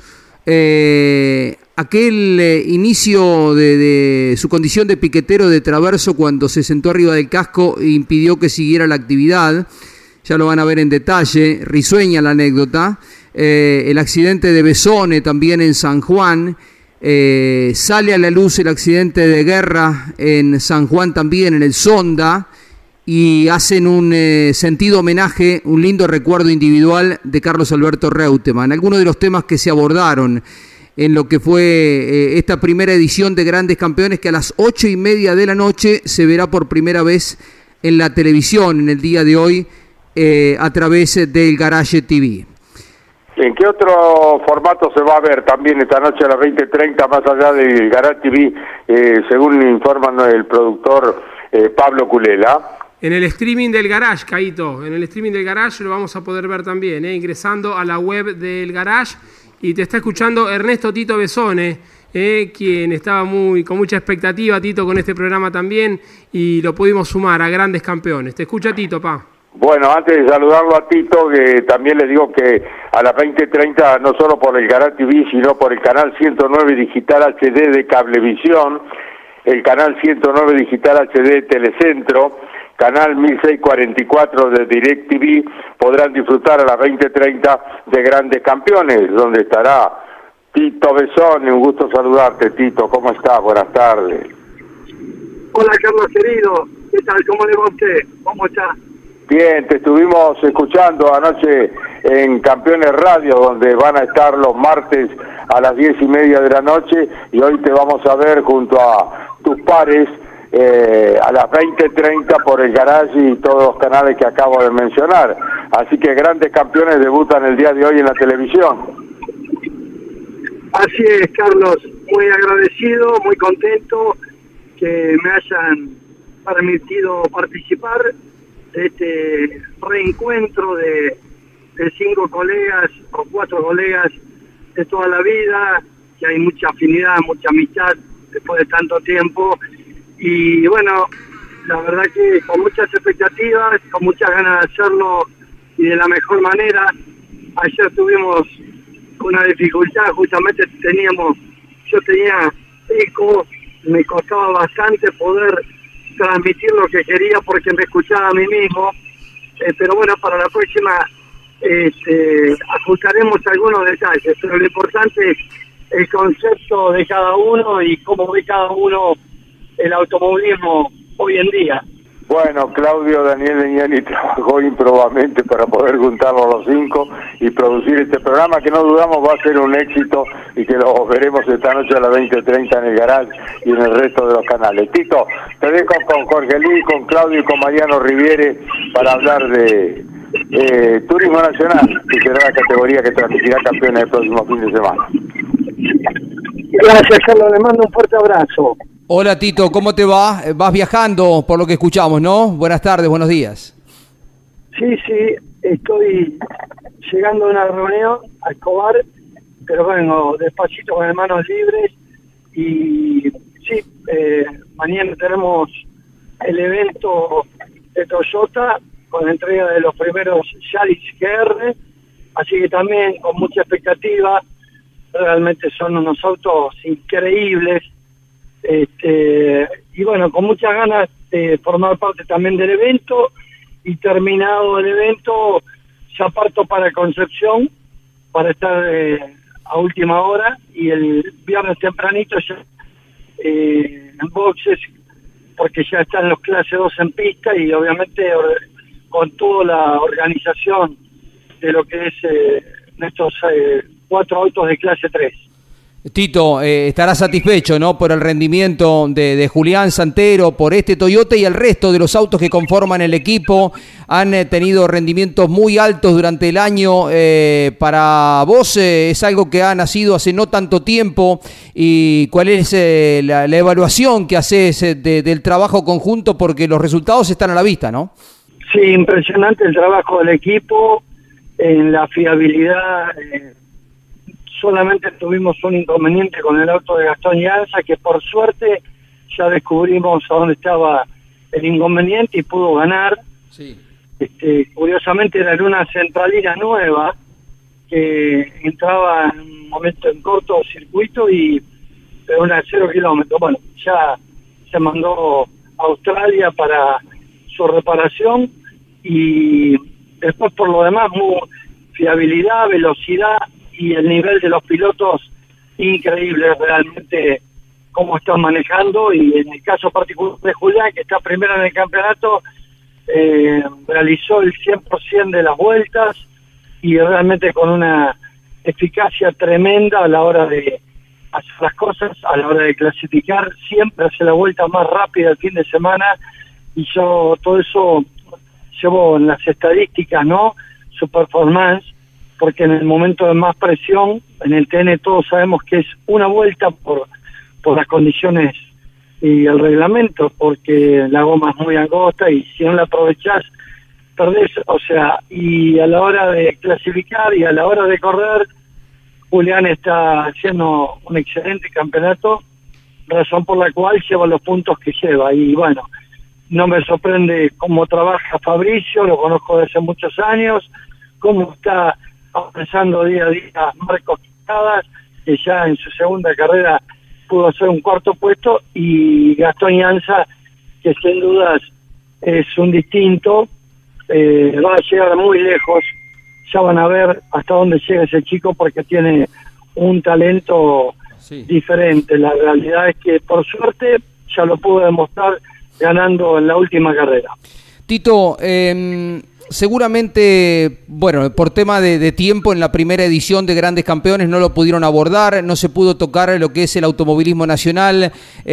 eh, aquel eh, inicio de, de su condición de piquetero de Traverso cuando se sentó arriba del casco e impidió que siguiera la actividad. Ya lo van a ver en detalle, risueña la anécdota. Eh, el accidente de Besone también en San Juan. Eh, sale a la luz el accidente de Guerra en San Juan también, en el Sonda, y hacen un eh, sentido homenaje, un lindo recuerdo individual de Carlos Alberto Reutemann. Algunos de los temas que se abordaron en lo que fue eh, esta primera edición de Grandes Campeones, que a las ocho y media de la noche se verá por primera vez en la televisión en el día de hoy eh, a través del Garage T V. ¿En qué otro formato se va a ver también esta noche a las veinte treinta, más allá del Garage T V, eh, según informa el productor eh, Pablo Culela? En el streaming del Garage, Caíto, en el streaming del Garage lo vamos a poder ver también, eh, ingresando a la web del Garage, y te está escuchando Ernesto Tito Besone, eh, quien estaba muy con mucha expectativa, Tito, con este programa también, y lo pudimos sumar a Grandes Campeones. Te escucha, Tito, pa. Bueno, antes de saludarlo a Tito, que también le digo que a las veinte treinta, no solo por el Garage T V, sino por el canal ciento nueve Digital H D de Cablevisión, el canal ciento nueve Digital H D Telecentro, canal mil seiscientos cuarenta y cuatro de DirecTV, podrán disfrutar a las veinte treinta de Grandes Campeones, donde estará Tito Besoni. Un gusto saludarte, Tito. ¿Cómo estás? Buenas tardes. Hola, Carlos querido. ¿Qué tal? ¿Cómo le va a usted? ¿Cómo está? Bien, te estuvimos escuchando anoche en Campeones Radio, donde van a estar los martes a las diez y media de la noche, y hoy te vamos a ver junto a tus pares eh, a las veinte treinta por el Garage y todos los canales que acabo de mencionar. Así que Grandes Campeones debutan el día de hoy en la televisión. Así es, Carlos. Muy agradecido, muy contento que me hayan permitido participar de este reencuentro de, de cinco colegas o cuatro colegas de toda la vida, que hay mucha afinidad, mucha amistad después de tanto tiempo, y bueno, la verdad que con muchas expectativas, con muchas ganas de hacerlo y de la mejor manera. Ayer tuvimos una dificultad, justamente teníamos, yo tenía eco, me costaba bastante poder transmitir lo que quería porque me escuchaba a mí mismo, eh, pero bueno, para la próxima este, ajustaremos algunos detalles, pero lo importante es el concepto de cada uno y cómo ve cada uno el automovilismo hoy en día. Bueno, Claudio Daniel Legnani trabajó improbamente para poder juntarlos a los cinco y producir este programa que no dudamos va a ser un éxito y que lo veremos esta noche a las veinte treinta en el Garage y en el resto de los canales. Tito, te dejo con Jorge Luis, con Claudio y con Mariano Riviere para hablar de eh, Turismo Nacional, que será la categoría que transmitirá Campeones el próximo fin de semana. Gracias, Carlos, le mando un fuerte abrazo. Hola Tito, ¿cómo te va? Vas viajando por lo que escuchamos, ¿no? Buenas tardes, buenos días. Sí, sí, estoy llegando a una reunión a Escobar, pero vengo despacito con las manos libres y sí, eh, mañana tenemos el evento de Toyota con la entrega de los primeros Yaris G R, así que también con mucha expectativa. Realmente son unos autos increíbles. Este, y bueno, con muchas ganas de formar parte también del evento, y terminado el evento ya parto para Concepción para estar eh, a última hora, y el viernes tempranito ya eh, en boxes, porque ya están los clase dos en pista y obviamente con toda la organización de lo que es eh, estos eh, cuatro autos de clase tres. Tito, eh, estará satisfecho, ¿no?, por el rendimiento de, de Julián Santero, por este Toyota y el resto de los autos que conforman el equipo. Han eh, tenido rendimientos muy altos durante el año. Eh, para vos eh, es algo que ha nacido hace no tanto tiempo. ¿Y cuál es eh, la, la evaluación que haces eh, de, del trabajo conjunto? Porque los resultados están a la vista, ¿no? Sí, impresionante el trabajo del equipo en la fiabilidad. Eh, solamente tuvimos un inconveniente con el auto de Gastón Llanza, que por suerte ya descubrimos a dónde estaba el inconveniente y pudo ganar. Sí. Este, curiosamente era en una centralina nueva que entraba en un momento en corto circuito y de una cero kilómetros. Bueno, ya se mandó a Australia para su reparación, y después por lo demás muy, fiabilidad, velocidad y el nivel de los pilotos increíble realmente cómo están manejando. Y en el caso particular de Julián, que está primero en el campeonato, eh, realizó el cien por ciento de las vueltas y realmente con una eficacia tremenda a la hora de hacer las cosas, a la hora de clasificar, siempre hace la vuelta más rápida el fin de semana, y yo todo eso llevo en las estadísticas, ¿no?, su performance, porque en el momento de más presión, en el T N todos sabemos que es una vuelta por, por las condiciones y el reglamento, porque la goma es muy angosta y si no la aprovechás, perdés. O sea, y a la hora de clasificar y a la hora de correr, Julián está haciendo un excelente campeonato, razón por la cual lleva los puntos que lleva. Y bueno, no me sorprende cómo trabaja Fabricio, lo conozco desde hace muchos años, cómo está avanzando día a día Marcos Quijadas, que ya en su segunda carrera pudo hacer un cuarto puesto, y Gastón Llanza, que sin dudas es un distinto, eh, va a llegar muy lejos, ya van a ver hasta dónde llega ese chico porque tiene un talento sí. diferente. La realidad es que por suerte ya lo pudo demostrar ganando en la última carrera. Tito, eh, seguramente, bueno, por tema de, de tiempo en la primera edición de Grandes Campeones no lo pudieron abordar, no se pudo tocar lo que es el automovilismo nacional,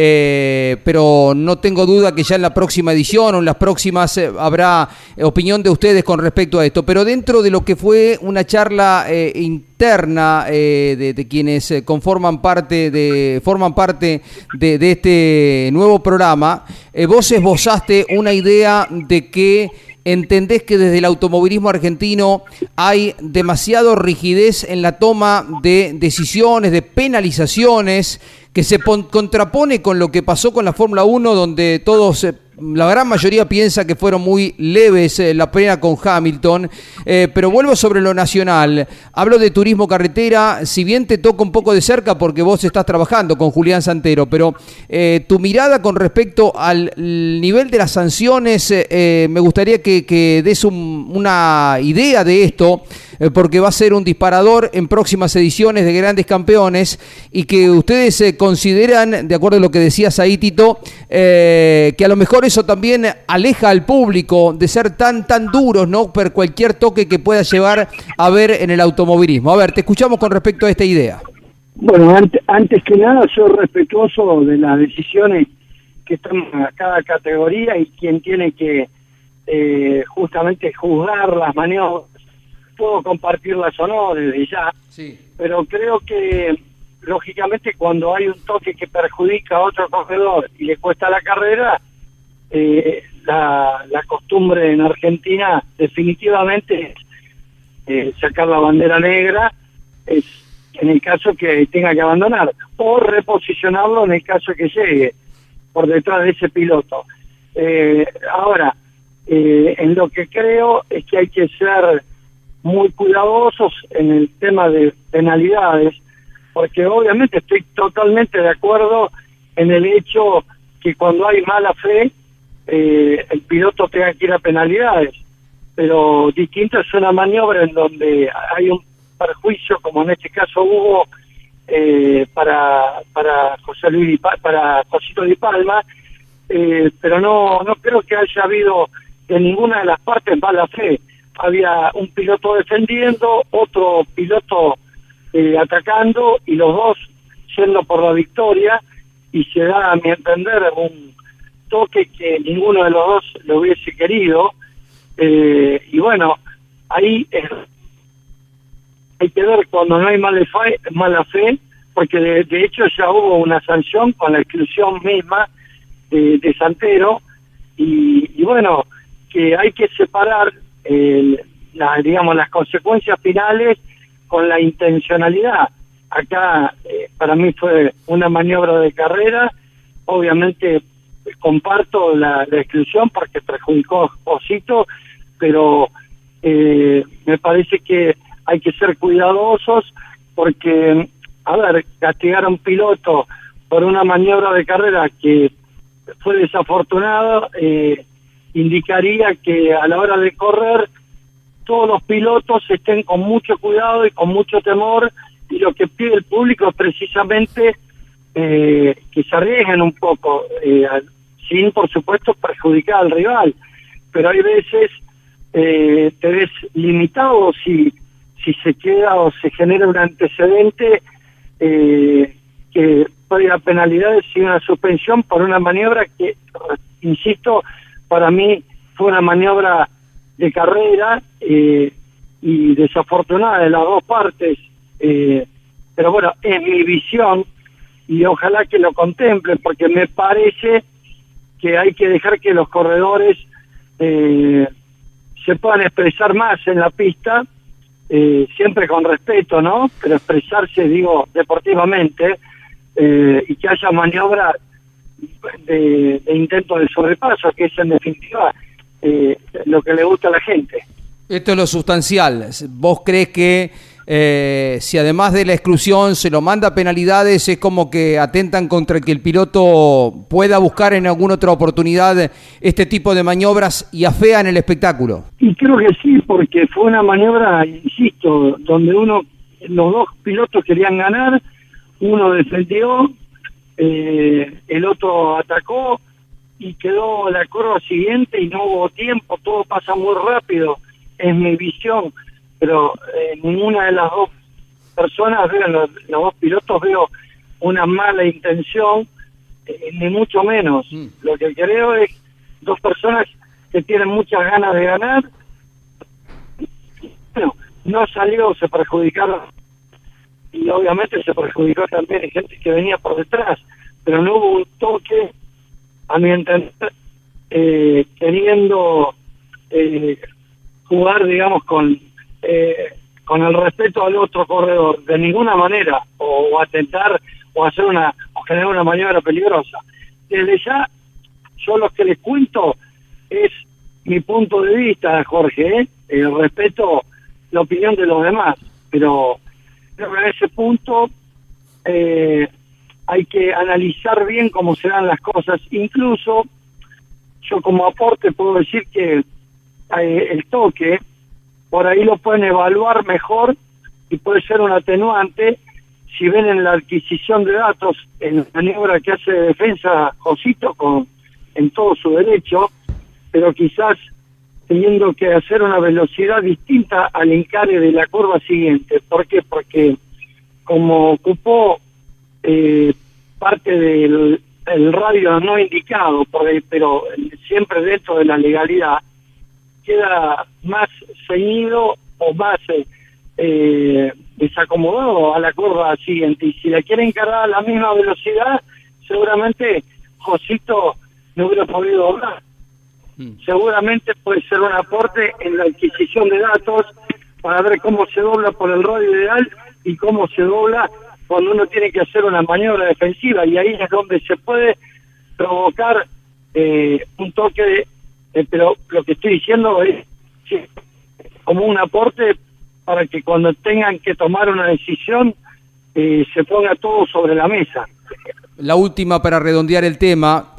eh, pero no tengo duda que ya en la próxima edición o en las próximas eh, habrá opinión de ustedes con respecto a esto. Pero dentro de lo que fue una charla eh, interna eh, de, de quienes eh, conforman parte de forman parte de, de este nuevo programa, eh, vos esbozaste una idea de que entendés que desde el automovilismo argentino hay demasiada rigidez en la toma de decisiones, de penalizaciones, que se contrapone con lo que pasó con la Fórmula uno, donde todos, eh, la gran mayoría piensa que fueron muy leves eh, la pena con Hamilton, eh, pero vuelvo sobre lo nacional, hablo de turismo carretera, si bien te toca un poco de cerca porque vos estás trabajando con Julián Santero, pero eh, tu mirada con respecto al nivel de las sanciones, eh, eh, me gustaría que, que des un, una idea de esto, eh, porque va a ser un disparador en próximas ediciones de Grandes Campeones y que ustedes eh, consideran, de acuerdo a lo que decías ahí, Tito, eh, que a lo mejor eso también aleja al público de ser tan tan duros, ¿no? Por cualquier toque que pueda llevar a ver en el automovilismo. A ver, te escuchamos con respecto a esta idea. Bueno, antes, antes que nada, soy respetuoso de las decisiones que toman a cada categoría y quien tiene que eh, justamente juzgar las maniobras. Puedo compartirlas o no desde ya, sí. Pero creo que lógicamente cuando hay un toque que perjudica a otro corredor y le cuesta la carrera, eh, la, la costumbre en Argentina definitivamente es eh, sacar la bandera negra, es en el caso que tenga que abandonar, o reposicionarlo en el caso que llegue por detrás de ese piloto. Eh, ahora, eh, en lo que creo es que hay que ser muy cuidadosos en el tema de penalidades, porque obviamente estoy totalmente de acuerdo en el hecho que cuando hay mala fe, eh, el piloto tenga que ir a penalidades, pero distinto es una maniobra en donde hay un perjuicio, como en este caso hubo eh, para para José Luis Di Palma, para Josito Di Palma, eh, pero no no creo que haya habido de ninguna de las partes mala fe. Había un piloto defendiendo, otro piloto eh, atacando y los dos yendo por la victoria, y se da, a mi entender, un toque que ninguno de los dos lo hubiese querido, eh, y bueno, ahí eh, hay que ver cuando no hay mala fe, mala fe porque de, de hecho ya hubo una sanción con la exclusión misma de, de Santero, y, y bueno, que hay que separar el, la, digamos, las consecuencias finales con la intencionalidad. Acá eh, para mí fue una maniobra de carrera, obviamente comparto la, la exclusión porque perjudicó a Josito, pero eh, me parece que hay que ser cuidadosos porque, a ver, castigar a un piloto por una maniobra de carrera que fue desafortunada, eh, indicaría que a la hora de correr todos los pilotos estén con mucho cuidado y con mucho temor, y lo que pide el público es precisamente eh, que se arriesguen un poco, eh, sin por supuesto perjudicar al rival, pero hay veces eh, te ves limitado si, si se queda o se genera un antecedente eh, que puede haber penalidades y una suspensión por una maniobra que, insisto, para mí fue una maniobra de carrera eh, y desafortunada de las dos partes, eh, pero bueno, es mi visión y ojalá que lo contemplen, porque me parece que hay que dejar que los corredores eh, se puedan expresar más en la pista, eh, siempre con respeto, ¿no? Pero expresarse, digo, deportivamente, eh, y que haya maniobra de, de intento de sobrepaso, que es en definitiva eh, lo que le gusta a la gente. Esto es lo sustancial. ¿Vos crees que eh, si además de la exclusión se lo manda a penalidades, es como que atentan contra que el piloto pueda buscar en alguna otra oportunidad este tipo de maniobras y afean el espectáculo. Y creo que sí, porque fue una maniobra, insisto, donde uno, los dos pilotos querían ganar, uno defendió, eh, el otro atacó y quedó la curva siguiente y no hubo tiempo, todo pasa muy rápido, es mi visión, pero eh, ninguna de las dos personas, veo, los, los dos pilotos veo una mala intención, eh, ni mucho menos. Mm. Lo que creo es dos personas que tienen muchas ganas de ganar. Bueno, no salió, se perjudicaron y obviamente se perjudicó también gente que venía por detrás, pero no hubo un toque, a mi entender, eh, queriendo eh, jugar, digamos, con eh, con el respeto al otro corredor, de ninguna manera, o, o atentar, o hacer una, o generar una maniobra peligrosa. Desde ya, yo lo que les cuento es mi punto de vista, Jorge, ¿eh? Eh, respeto la opinión de los demás, pero creo que en ese punto eh, hay que analizar bien cómo se dan las cosas. Incluso yo como aporte puedo decir que eh, el toque por ahí lo pueden evaluar mejor y puede ser un atenuante si ven en la adquisición de datos, en la maniobra que hace de defensa Josito con en todo su derecho, pero quizás teniendo que hacer una velocidad distinta al encare de la curva siguiente. ¿Por qué? Porque como ocupó eh, parte del el radio no indicado, por el, pero siempre dentro de la legalidad, queda más ceñido o más eh, desacomodado a la curva siguiente. Y si la quiere encarar a la misma velocidad, seguramente Josito no hubiera podido doblar. Seguramente puede ser un aporte en la adquisición de datos para ver cómo se dobla por el radio ideal y cómo se dobla cuando uno tiene que hacer una maniobra defensiva, y ahí es donde se puede provocar eh, un toque de, eh, pero lo que estoy diciendo es sí, como un aporte para que cuando tengan que tomar una decisión eh, se ponga todo sobre la mesa. La última para redondear el tema,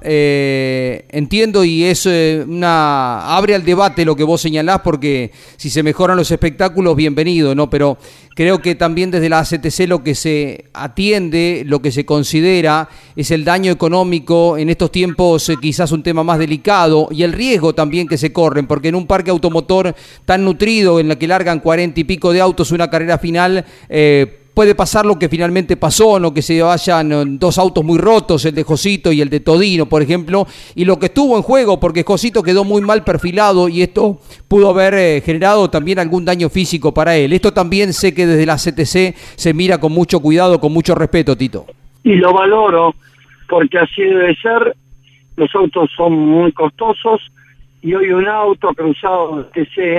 eh, entiendo y es eh, una abre al debate lo que vos señalás, porque si se mejoran los espectáculos, bienvenido, ¿no? Pero creo que también desde la A C T C lo que se atiende, lo que se considera es el daño económico en estos tiempos, eh, quizás un tema más delicado, y el riesgo también que se corren, porque en un parque automotor tan nutrido, en la que largan cuarenta y pico de autos una carrera final, eh, puede pasar lo que finalmente pasó, no que se vayan dos autos muy rotos, el de Josito y el de Todino, por ejemplo, y lo que estuvo en juego, porque Josito quedó muy mal perfilado y esto pudo haber eh, generado también algún daño físico para él. Esto también sé que desde la C T C se mira con mucho cuidado, con mucho respeto, Tito. Y lo valoro, porque así debe ser. Los autos son muy costosos y hoy un auto cruzado T C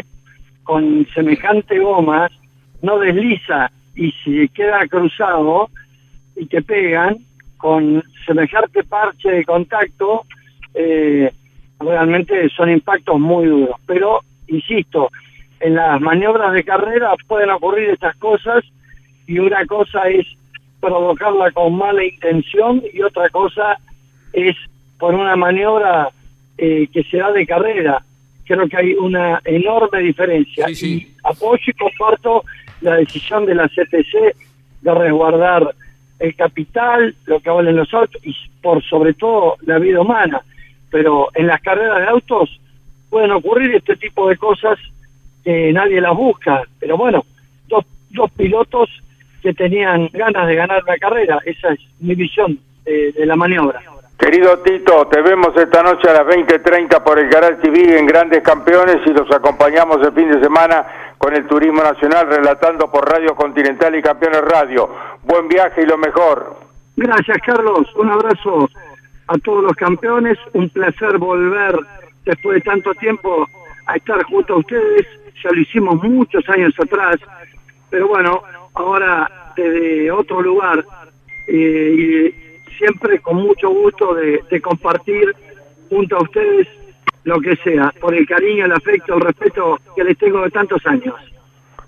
con semejante gomas no desliza, y si queda cruzado y te pegan con semejante parche de contacto, eh, realmente son impactos muy duros. Pero, insisto, en las maniobras de carrera pueden ocurrir estas cosas, y una cosa es provocarla con mala intención y otra cosa es por una maniobra eh, que se da de carrera. Creo que hay una enorme diferencia. Sí, sí. Y apoyo y comparto la decisión de la C T C de resguardar el capital, lo que valen los autos y por sobre todo la vida humana. Pero en las carreras de autos pueden ocurrir este tipo de cosas que nadie las busca. Pero bueno, dos, dos pilotos que tenían ganas de ganar la carrera, esa es mi visión de, de la maniobra. Querido Tito, te vemos esta noche a las veinte treinta por el Canal T V en Grandes Campeones, y los acompañamos el fin de semana con el Turismo Nacional, relatando por Radio Continental y Campeones Radio. Buen viaje y lo mejor. Gracias, Carlos. Un abrazo a todos los campeones. Un placer volver después de tanto tiempo a estar junto a ustedes. Ya lo hicimos muchos años atrás, pero bueno, ahora desde otro lugar, eh, y siempre con mucho gusto de, de compartir junto a ustedes lo que sea, por el cariño, el afecto, el respeto que les tengo de tantos años.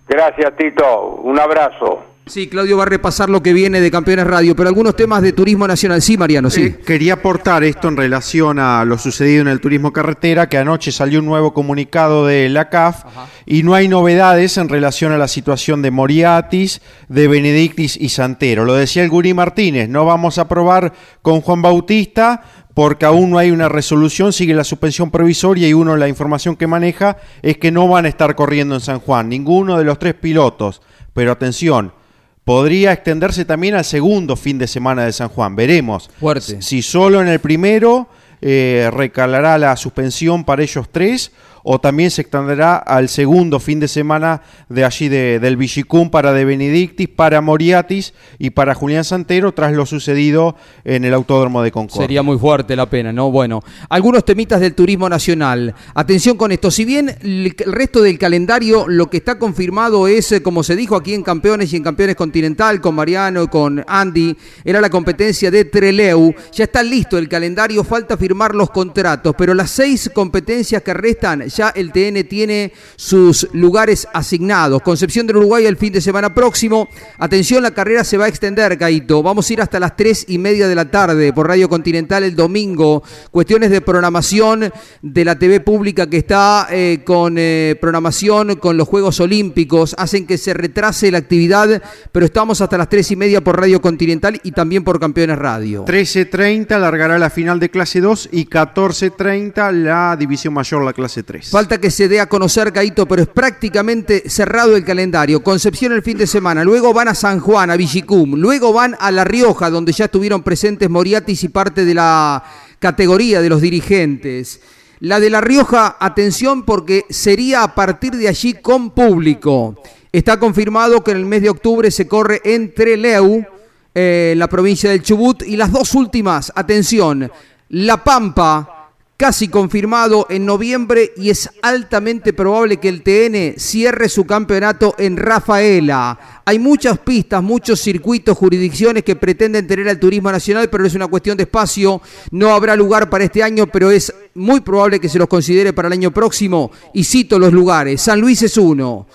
Gracias, Tito. Un abrazo. Sí, Claudio va a repasar lo que viene de Campeones Radio, pero algunos temas de turismo nacional. Sí, Mariano, sí. Eh, quería aportar esto en relación a lo sucedido en el turismo carretera, que anoche salió un nuevo comunicado de la C A F. Ajá. Y no hay novedades en relación a la situación de Moriatis, de Benedictis y Santero. Lo decía el Gurí Martínez, no vamos a probar con Juan Bautista porque aún no hay una resolución, sigue la suspensión provisoria y uno, la información que maneja es que no van a estar corriendo en San Juan, ninguno de los tres pilotos. Pero atención, podría extenderse también al segundo fin de semana de San Juan. Veremos. Fuerte. Si solo en el primero eh, recalará la suspensión para ellos tres o también se extenderá al segundo fin de semana de allí de, del Villicum para De Benedictis, para Moriatis y para Julián Santero tras lo sucedido en el Autódromo de Concordia. Sería muy fuerte la pena, ¿no? Bueno, algunos temitas del turismo nacional. Atención con esto, si bien el resto del calendario lo que está confirmado es, como se dijo aquí en Campeones y en Campeones Continental, con Mariano y con Andy, era la competencia de Trelew, ya está listo el calendario, falta firmar los contratos, pero las seis competencias que restan, ya el T N tiene sus lugares asignados. Concepción del Uruguay el fin de semana próximo. Atención, la carrera se va a extender, Caito. Vamos a ir hasta las tres y media de la tarde por Radio Continental el domingo. Cuestiones de programación de la T V pública que está eh, con eh, programación con los Juegos Olímpicos. Hacen que se retrase la actividad, pero estamos hasta las tres y media por Radio Continental y también por Campeones Radio. trece treinta largará la final de clase dos y catorce treinta la división mayor, la clase tres. Falta que se dé a conocer, Caito, pero es prácticamente cerrado el calendario. Concepción el fin de semana, luego van a San Juan, a Villicum, luego van a La Rioja, donde ya estuvieron presentes Moriatis y parte de la categoría de los dirigentes. La de La Rioja, atención, porque sería a partir de allí con público. Está confirmado que en el mes de octubre se corre en Trelew, eh, la provincia del Chubut, y las dos últimas, atención, La Pampa, casi confirmado en noviembre y es altamente probable que el T N cierre su campeonato en Rafaela. Hay muchas pistas, muchos circuitos, jurisdicciones que pretenden tener al turismo nacional, pero es una cuestión de espacio. No habrá lugar para este año, pero es muy probable que se los considere para el año próximo. Y cito los lugares. San Luis es uno.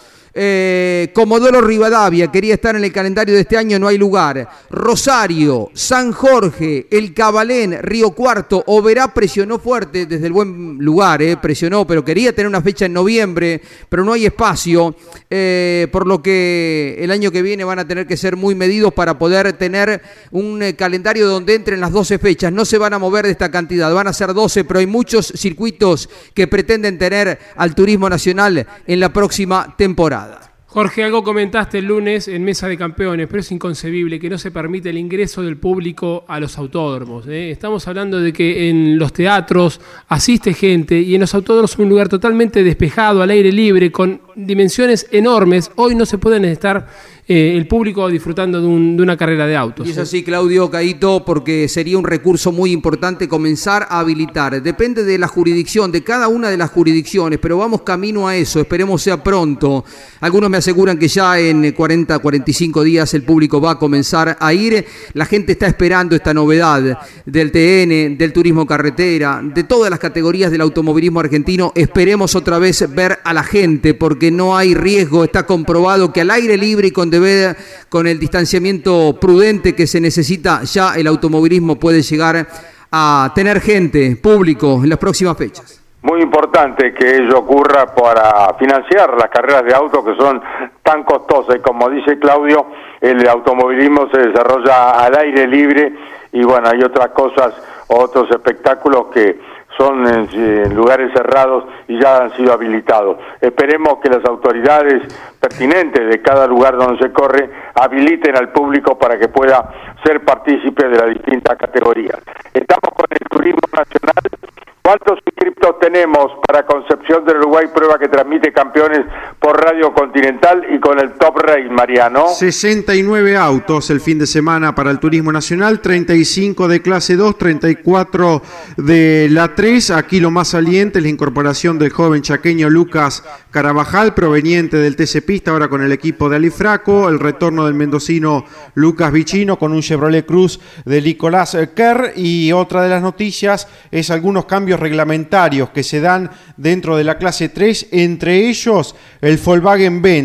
Eh, Comodoro Rivadavia quería estar en el calendario de este año, no hay lugar. Rosario, San Jorge, El Cabalén, Río Cuarto. Oberá presionó fuerte desde el buen lugar, eh, presionó, pero quería tener una fecha en noviembre, pero no hay espacio, eh, por lo que el año que viene van a tener que ser muy medidos para poder tener un eh, calendario donde entren las doce fechas. No se van a mover de esta cantidad, van a ser doce, pero hay muchos circuitos que pretenden tener al turismo nacional en la próxima temporada. Jorge, algo comentaste el lunes en Mesa de Campeones, pero es inconcebible que no se permite el ingreso del público a los autódromos, ¿eh? Estamos hablando de que en los teatros asiste gente y en los autódromos es un lugar totalmente despejado, al aire libre, con dimensiones enormes. Hoy no se pueden estar eh, el público disfrutando de, un, de una carrera de autos. Y es así, Claudio, Caito, porque sería un recurso muy importante comenzar a habilitar. Depende de la jurisdicción, de cada una de las jurisdicciones, pero vamos camino a eso, esperemos sea pronto. Algunos me aseguran que ya en cuarenta, cuarenta y cinco días el público va a comenzar a ir. La gente está esperando esta novedad del T N, del turismo carretera, de todas las categorías del automovilismo argentino. Esperemos otra vez ver a la gente, porque no hay riesgo, está comprobado que al aire libre y con deber, con el distanciamiento prudente que se necesita, ya el automovilismo puede llegar a tener gente, público, en las próximas fechas. Muy importante que ello ocurra para financiar las carreras de autos que son tan costosas, y como dice Claudio, el automovilismo se desarrolla al aire libre y bueno, hay otras cosas, otros espectáculos que son en, en lugares cerrados y ya han sido habilitados. Esperemos que las autoridades pertinentes de cada lugar donde se corre habiliten al público para que pueda ser partícipe de las distintas categorías. Estamos con el turismo nacional. ¿Cuántos inscriptos tenemos para Concepción del Uruguay, prueba que transmite Campeones por Radio Continental y con el Top Race, Mariano? sesenta y nueve autos el fin de semana para el turismo nacional, treinta y cinco de clase dos, treinta y cuatro de la tres. Aquí lo más saliente es la incorporación del joven chaqueño Lucas Carabajal, proveniente del T C Pista, ahora con el equipo de Alifraco. El retorno del mendocino Lucas Vicino con un Chevrolet Cruz de Nicolás Kerr. Y otra de las noticias es algunos cambios reglamentarios que se dan dentro de la clase tres, entre ellos el Volkswagen Vento, la marca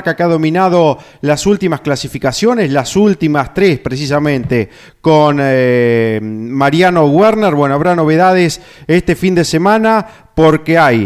marca que ha dominado las últimas clasificaciones, las últimas tres precisamente, con eh, Mariano Werner. Bueno, habrá novedades este fin de semana porque hay...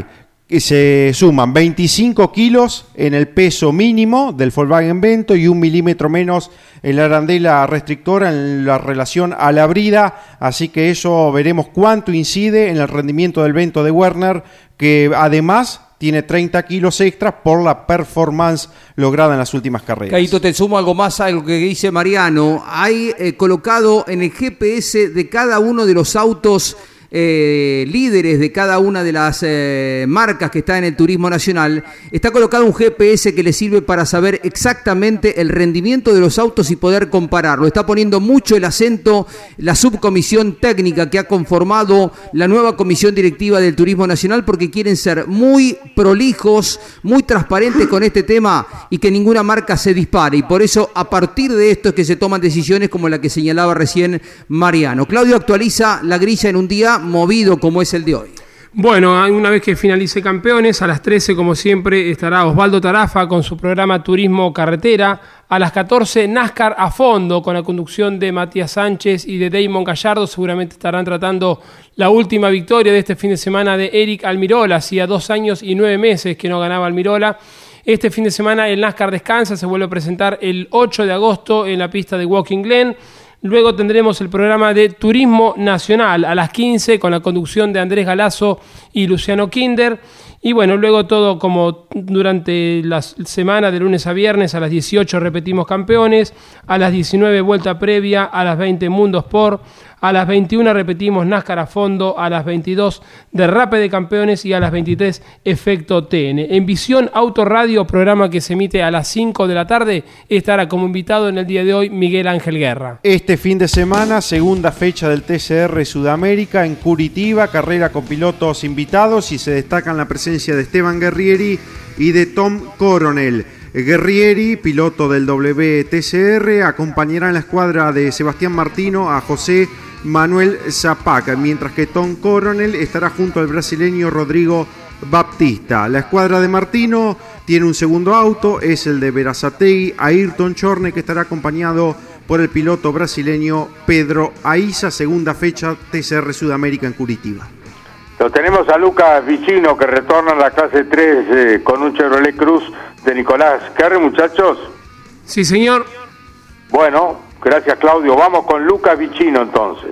se suman veinticinco kilos en el peso mínimo del Volkswagen Vento y un milímetro menos en la arandela restrictora en la relación a la brida, así que eso veremos cuánto incide en el rendimiento del Vento de Werner, que además tiene treinta kilos extras por la performance lograda en las últimas carreras. Caíto, te sumo algo más a lo que dice Mariano. Hay eh, colocado en el G P S de cada uno de los autos Eh, líderes de cada una de las eh, marcas que está en el turismo nacional, está colocado un G P S que le sirve para saber exactamente el rendimiento de los autos y poder compararlo. Está poniendo mucho el acento la subcomisión técnica que ha conformado la nueva comisión directiva del turismo nacional, porque quieren ser muy prolijos, muy transparentes con este tema y que ninguna marca se dispare, y por eso a partir de esto es que se toman decisiones como la que señalaba recién Mariano. Claudio actualiza la grilla en un día movido como es el de hoy. Bueno, una vez que finalice Campeones, a las trece, como siempre, estará Osvaldo Tarafa con su programa Turismo Carretera. A las catorce, NASCAR a fondo, con la conducción de Matías Sánchez y de Damon Gallardo. Seguramente estarán tratando la última victoria de este fin de semana de Eric Almirola. Hacía dos años y nueve meses que no ganaba Almirola. Este fin de semana el NASCAR descansa, se vuelve a presentar el ocho de agosto en la pista de Walking Glen. Luego tendremos el programa de Turismo Nacional a las quince con la conducción de Andrés Galazo y Luciano Kinder. Y bueno, luego todo como durante la semana de lunes a viernes a las dieciocho repetimos Campeones, a las diecinueve vuelta previa, a las veinte Mundo Sport, a las veintiuna repetimos NASCAR a fondo, a las veintidós Derrape de Campeones y a las veintitrés Efecto T N. En Visión Auto Radio, programa que se emite a las cinco de la tarde, estará como invitado en el día de hoy Miguel Ángel Guerra. Este fin de semana, segunda fecha del T C R Sudamérica en Curitiba, carrera con pilotos invitados y se destacan la presencia de Esteban Guerrieri y de Tom Coronel. Guerrieri, piloto del W T C R, acompañará en la escuadra de Sebastián Martino a José Manuel Zapac, mientras que Tom Coronel estará junto al brasileño Rodrigo Baptista. La escuadra de Martino tiene un segundo auto, es el de Berazategui, Ayrton Chorne, que estará acompañado por el piloto brasileño Pedro Aiza. Segunda fecha T C R Sudamérica en Curitiba. Lo tenemos a Lucas Vicino, que retorna a la clase tres eh, con un Chevrolet Cruz de Nicolás Kerr, muchachos. Sí, señor. Bueno, gracias, Claudio. Vamos con Lucas Vicino entonces.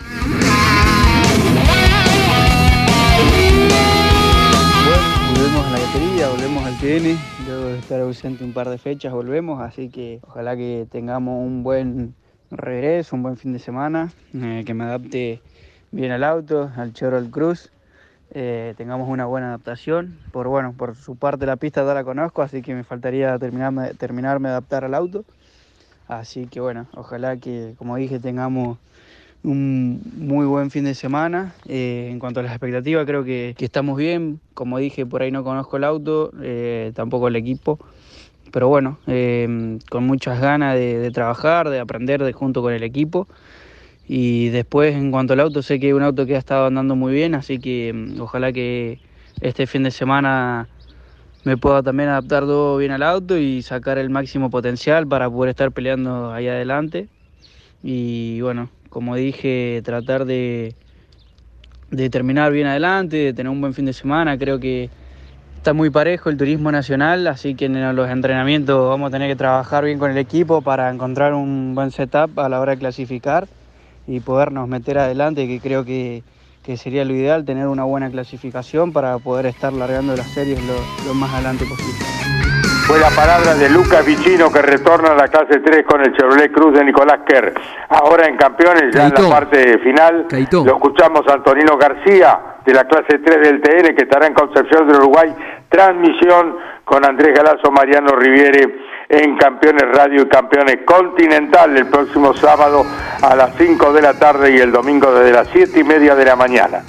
Bueno, volvemos a la batería, volvemos al T N. Luego de estar ausente un par de fechas, volvemos. Así que ojalá que tengamos un buen regreso, un buen fin de semana, eh, que me adapte bien al auto, al Chevrolet Cruz. Eh, tengamos una buena adaptación. Por bueno, por su parte la pista ya la conozco, así que me faltaría terminarme, terminarme de adaptar al auto. Así que bueno, ojalá que, como dije, tengamos un muy buen fin de semana. Eh, en cuanto a las expectativas, creo que, que estamos bien. Como dije, por ahí no conozco el auto, eh, tampoco el equipo. Pero bueno, eh, con muchas ganas de, de trabajar, de aprender de junto con el equipo. Y después, en cuanto al auto, sé que es un auto que ha estado andando muy bien, así que um, ojalá que este fin de semana me pueda también adaptar todo bien al auto y sacar el máximo potencial para poder estar peleando ahí adelante. Y bueno, como dije, tratar de, de terminar bien adelante, de tener un buen fin de semana. Creo que está muy parejo el turismo nacional, así que en los entrenamientos vamos a tener que trabajar bien con el equipo para encontrar un buen setup a la hora de clasificar y podernos meter adelante, que creo que, que sería lo ideal, tener una buena clasificación para poder estar largando las series lo, lo más adelante posible. Fue la palabra de Lucas Vicino, que retorna a la clase tres con el Chevrolet Cruz de Nicolás Kerr. Ahora en Campeones, ya Caito. En la parte final, Caito. Lo escuchamos a Antonino García, de la clase tres del T N, que estará en Concepción del Uruguay. Transmisión con Andrés Galazo, Mariano Riviere, en Campeones Radio y Campeones Continental, el próximo sábado a las cinco de la tarde y el domingo desde las siete y media de la mañana.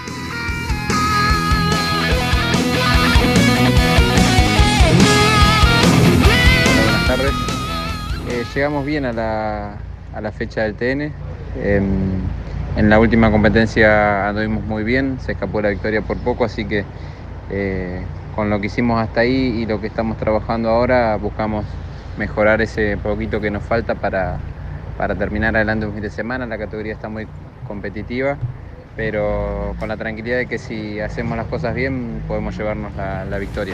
Buenas tardes. Eh, llegamos bien a la, a la fecha del T N. Eh, en la última competencia anduvimos muy bien, se escapó la victoria por poco, así que eh, con lo que hicimos hasta ahí y lo que estamos trabajando ahora, buscamos mejorar ese poquito que nos falta para, para terminar adelante un fin de semana. La categoría está muy competitiva, pero con la tranquilidad de que si hacemos las cosas bien podemos llevarnos la, la victoria.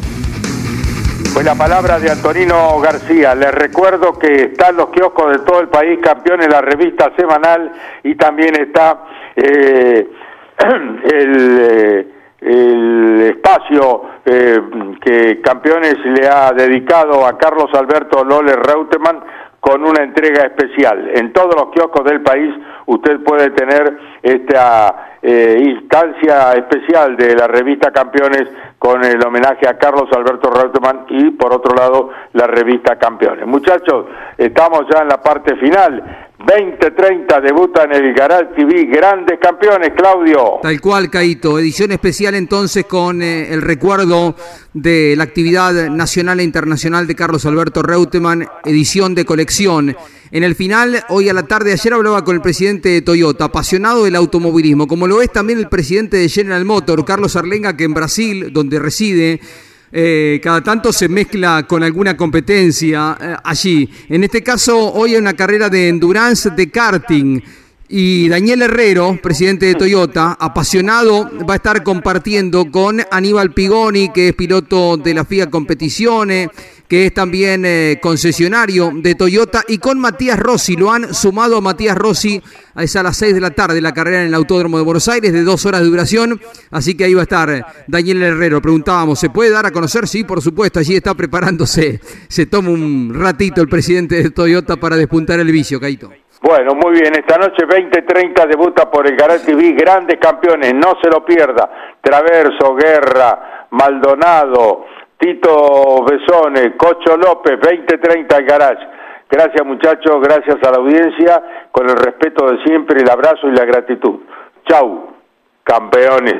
Fue la palabra de Antonino García. Les recuerdo que están los kioscos de todo el país, Campeones, la revista semanal, y también está eh, el, eh, el espacio eh, que Campeones le ha dedicado a Carlos Alberto Lole Reutemann con una entrega especial. En todos los kioscos del país usted puede tener esta eh, instancia especial de la revista Campeones con el homenaje a Carlos Alberto Reutemann y por otro lado la revista Campeones. Muchachos, estamos ya en la parte final. veinte treinta debuta en el Garage T V Grandes Campeones, Claudio. Tal cual, Caíto. Edición especial entonces con eh, el recuerdo de la actividad nacional e internacional de Carlos Alberto Reutemann, edición de colección. En el final, hoy a la tarde, ayer hablaba con el presidente de Toyota, apasionado del automovilismo, como lo es también el presidente de General Motors, Carlos Arlenga, que en Brasil, donde reside, Eh, cada tanto se mezcla con alguna competencia eh, allí. En este caso, hoy hay una carrera de endurance de karting. Y Daniel Herrero, presidente de Toyota, apasionado, va a estar compartiendo con Aníbal Pigoni, que es piloto de la F I A Competizione, que es también eh, concesionario de Toyota, y con Matías Rossi. Lo han sumado a Matías Rossi, es a las seis de la tarde la carrera en el Autódromo de Buenos Aires, de dos horas de duración, así que ahí va a estar Daniel Herrero. Preguntábamos, ¿se puede dar a conocer? Sí, por supuesto, allí está preparándose. Se toma un ratito el presidente de Toyota para despuntar el vicio, Caíto. Bueno, muy bien, esta noche veinte treinta debuta por el Garage T V Grandes Campeones, no se lo pierda. Traverso, Guerra, Maldonado, Tito Besone, Cocho López, veinte treinta el Garage. Gracias muchachos, gracias a la audiencia, con el respeto de siempre, el abrazo y la gratitud. Chau, campeones.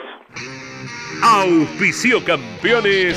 Auspició Campeones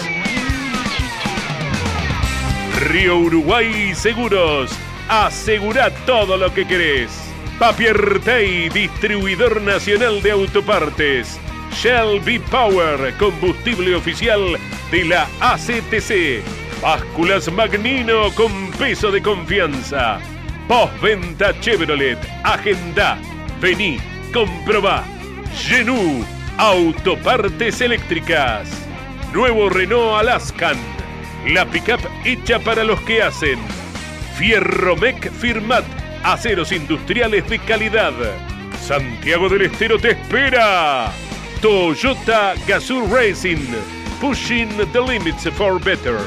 Río Uruguay Seguros. Asegura todo lo que querés. Papiertey, distribuidor nacional de autopartes. Shell V-Power, combustible oficial de la A C T C. Básculas Magnino con peso de confianza. Postventa Chevrolet. Agenda. Vení, comprobá. Genú, autopartes eléctricas. Nuevo Renault Alaskan. La pickup hecha para los que hacen. Fierromec Firmat, aceros industriales de calidad. Santiago del Estero te espera. Toyota Gazoo Racing, pushing the limits for better.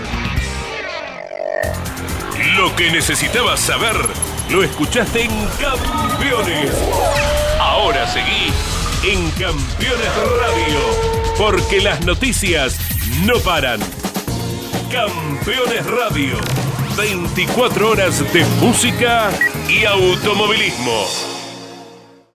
Lo que necesitabas saber, lo escuchaste en Campeones. Ahora seguí en Campeones Radio, porque las noticias no paran. Campeones Radio. veinticuatro horas de música y automovilismo.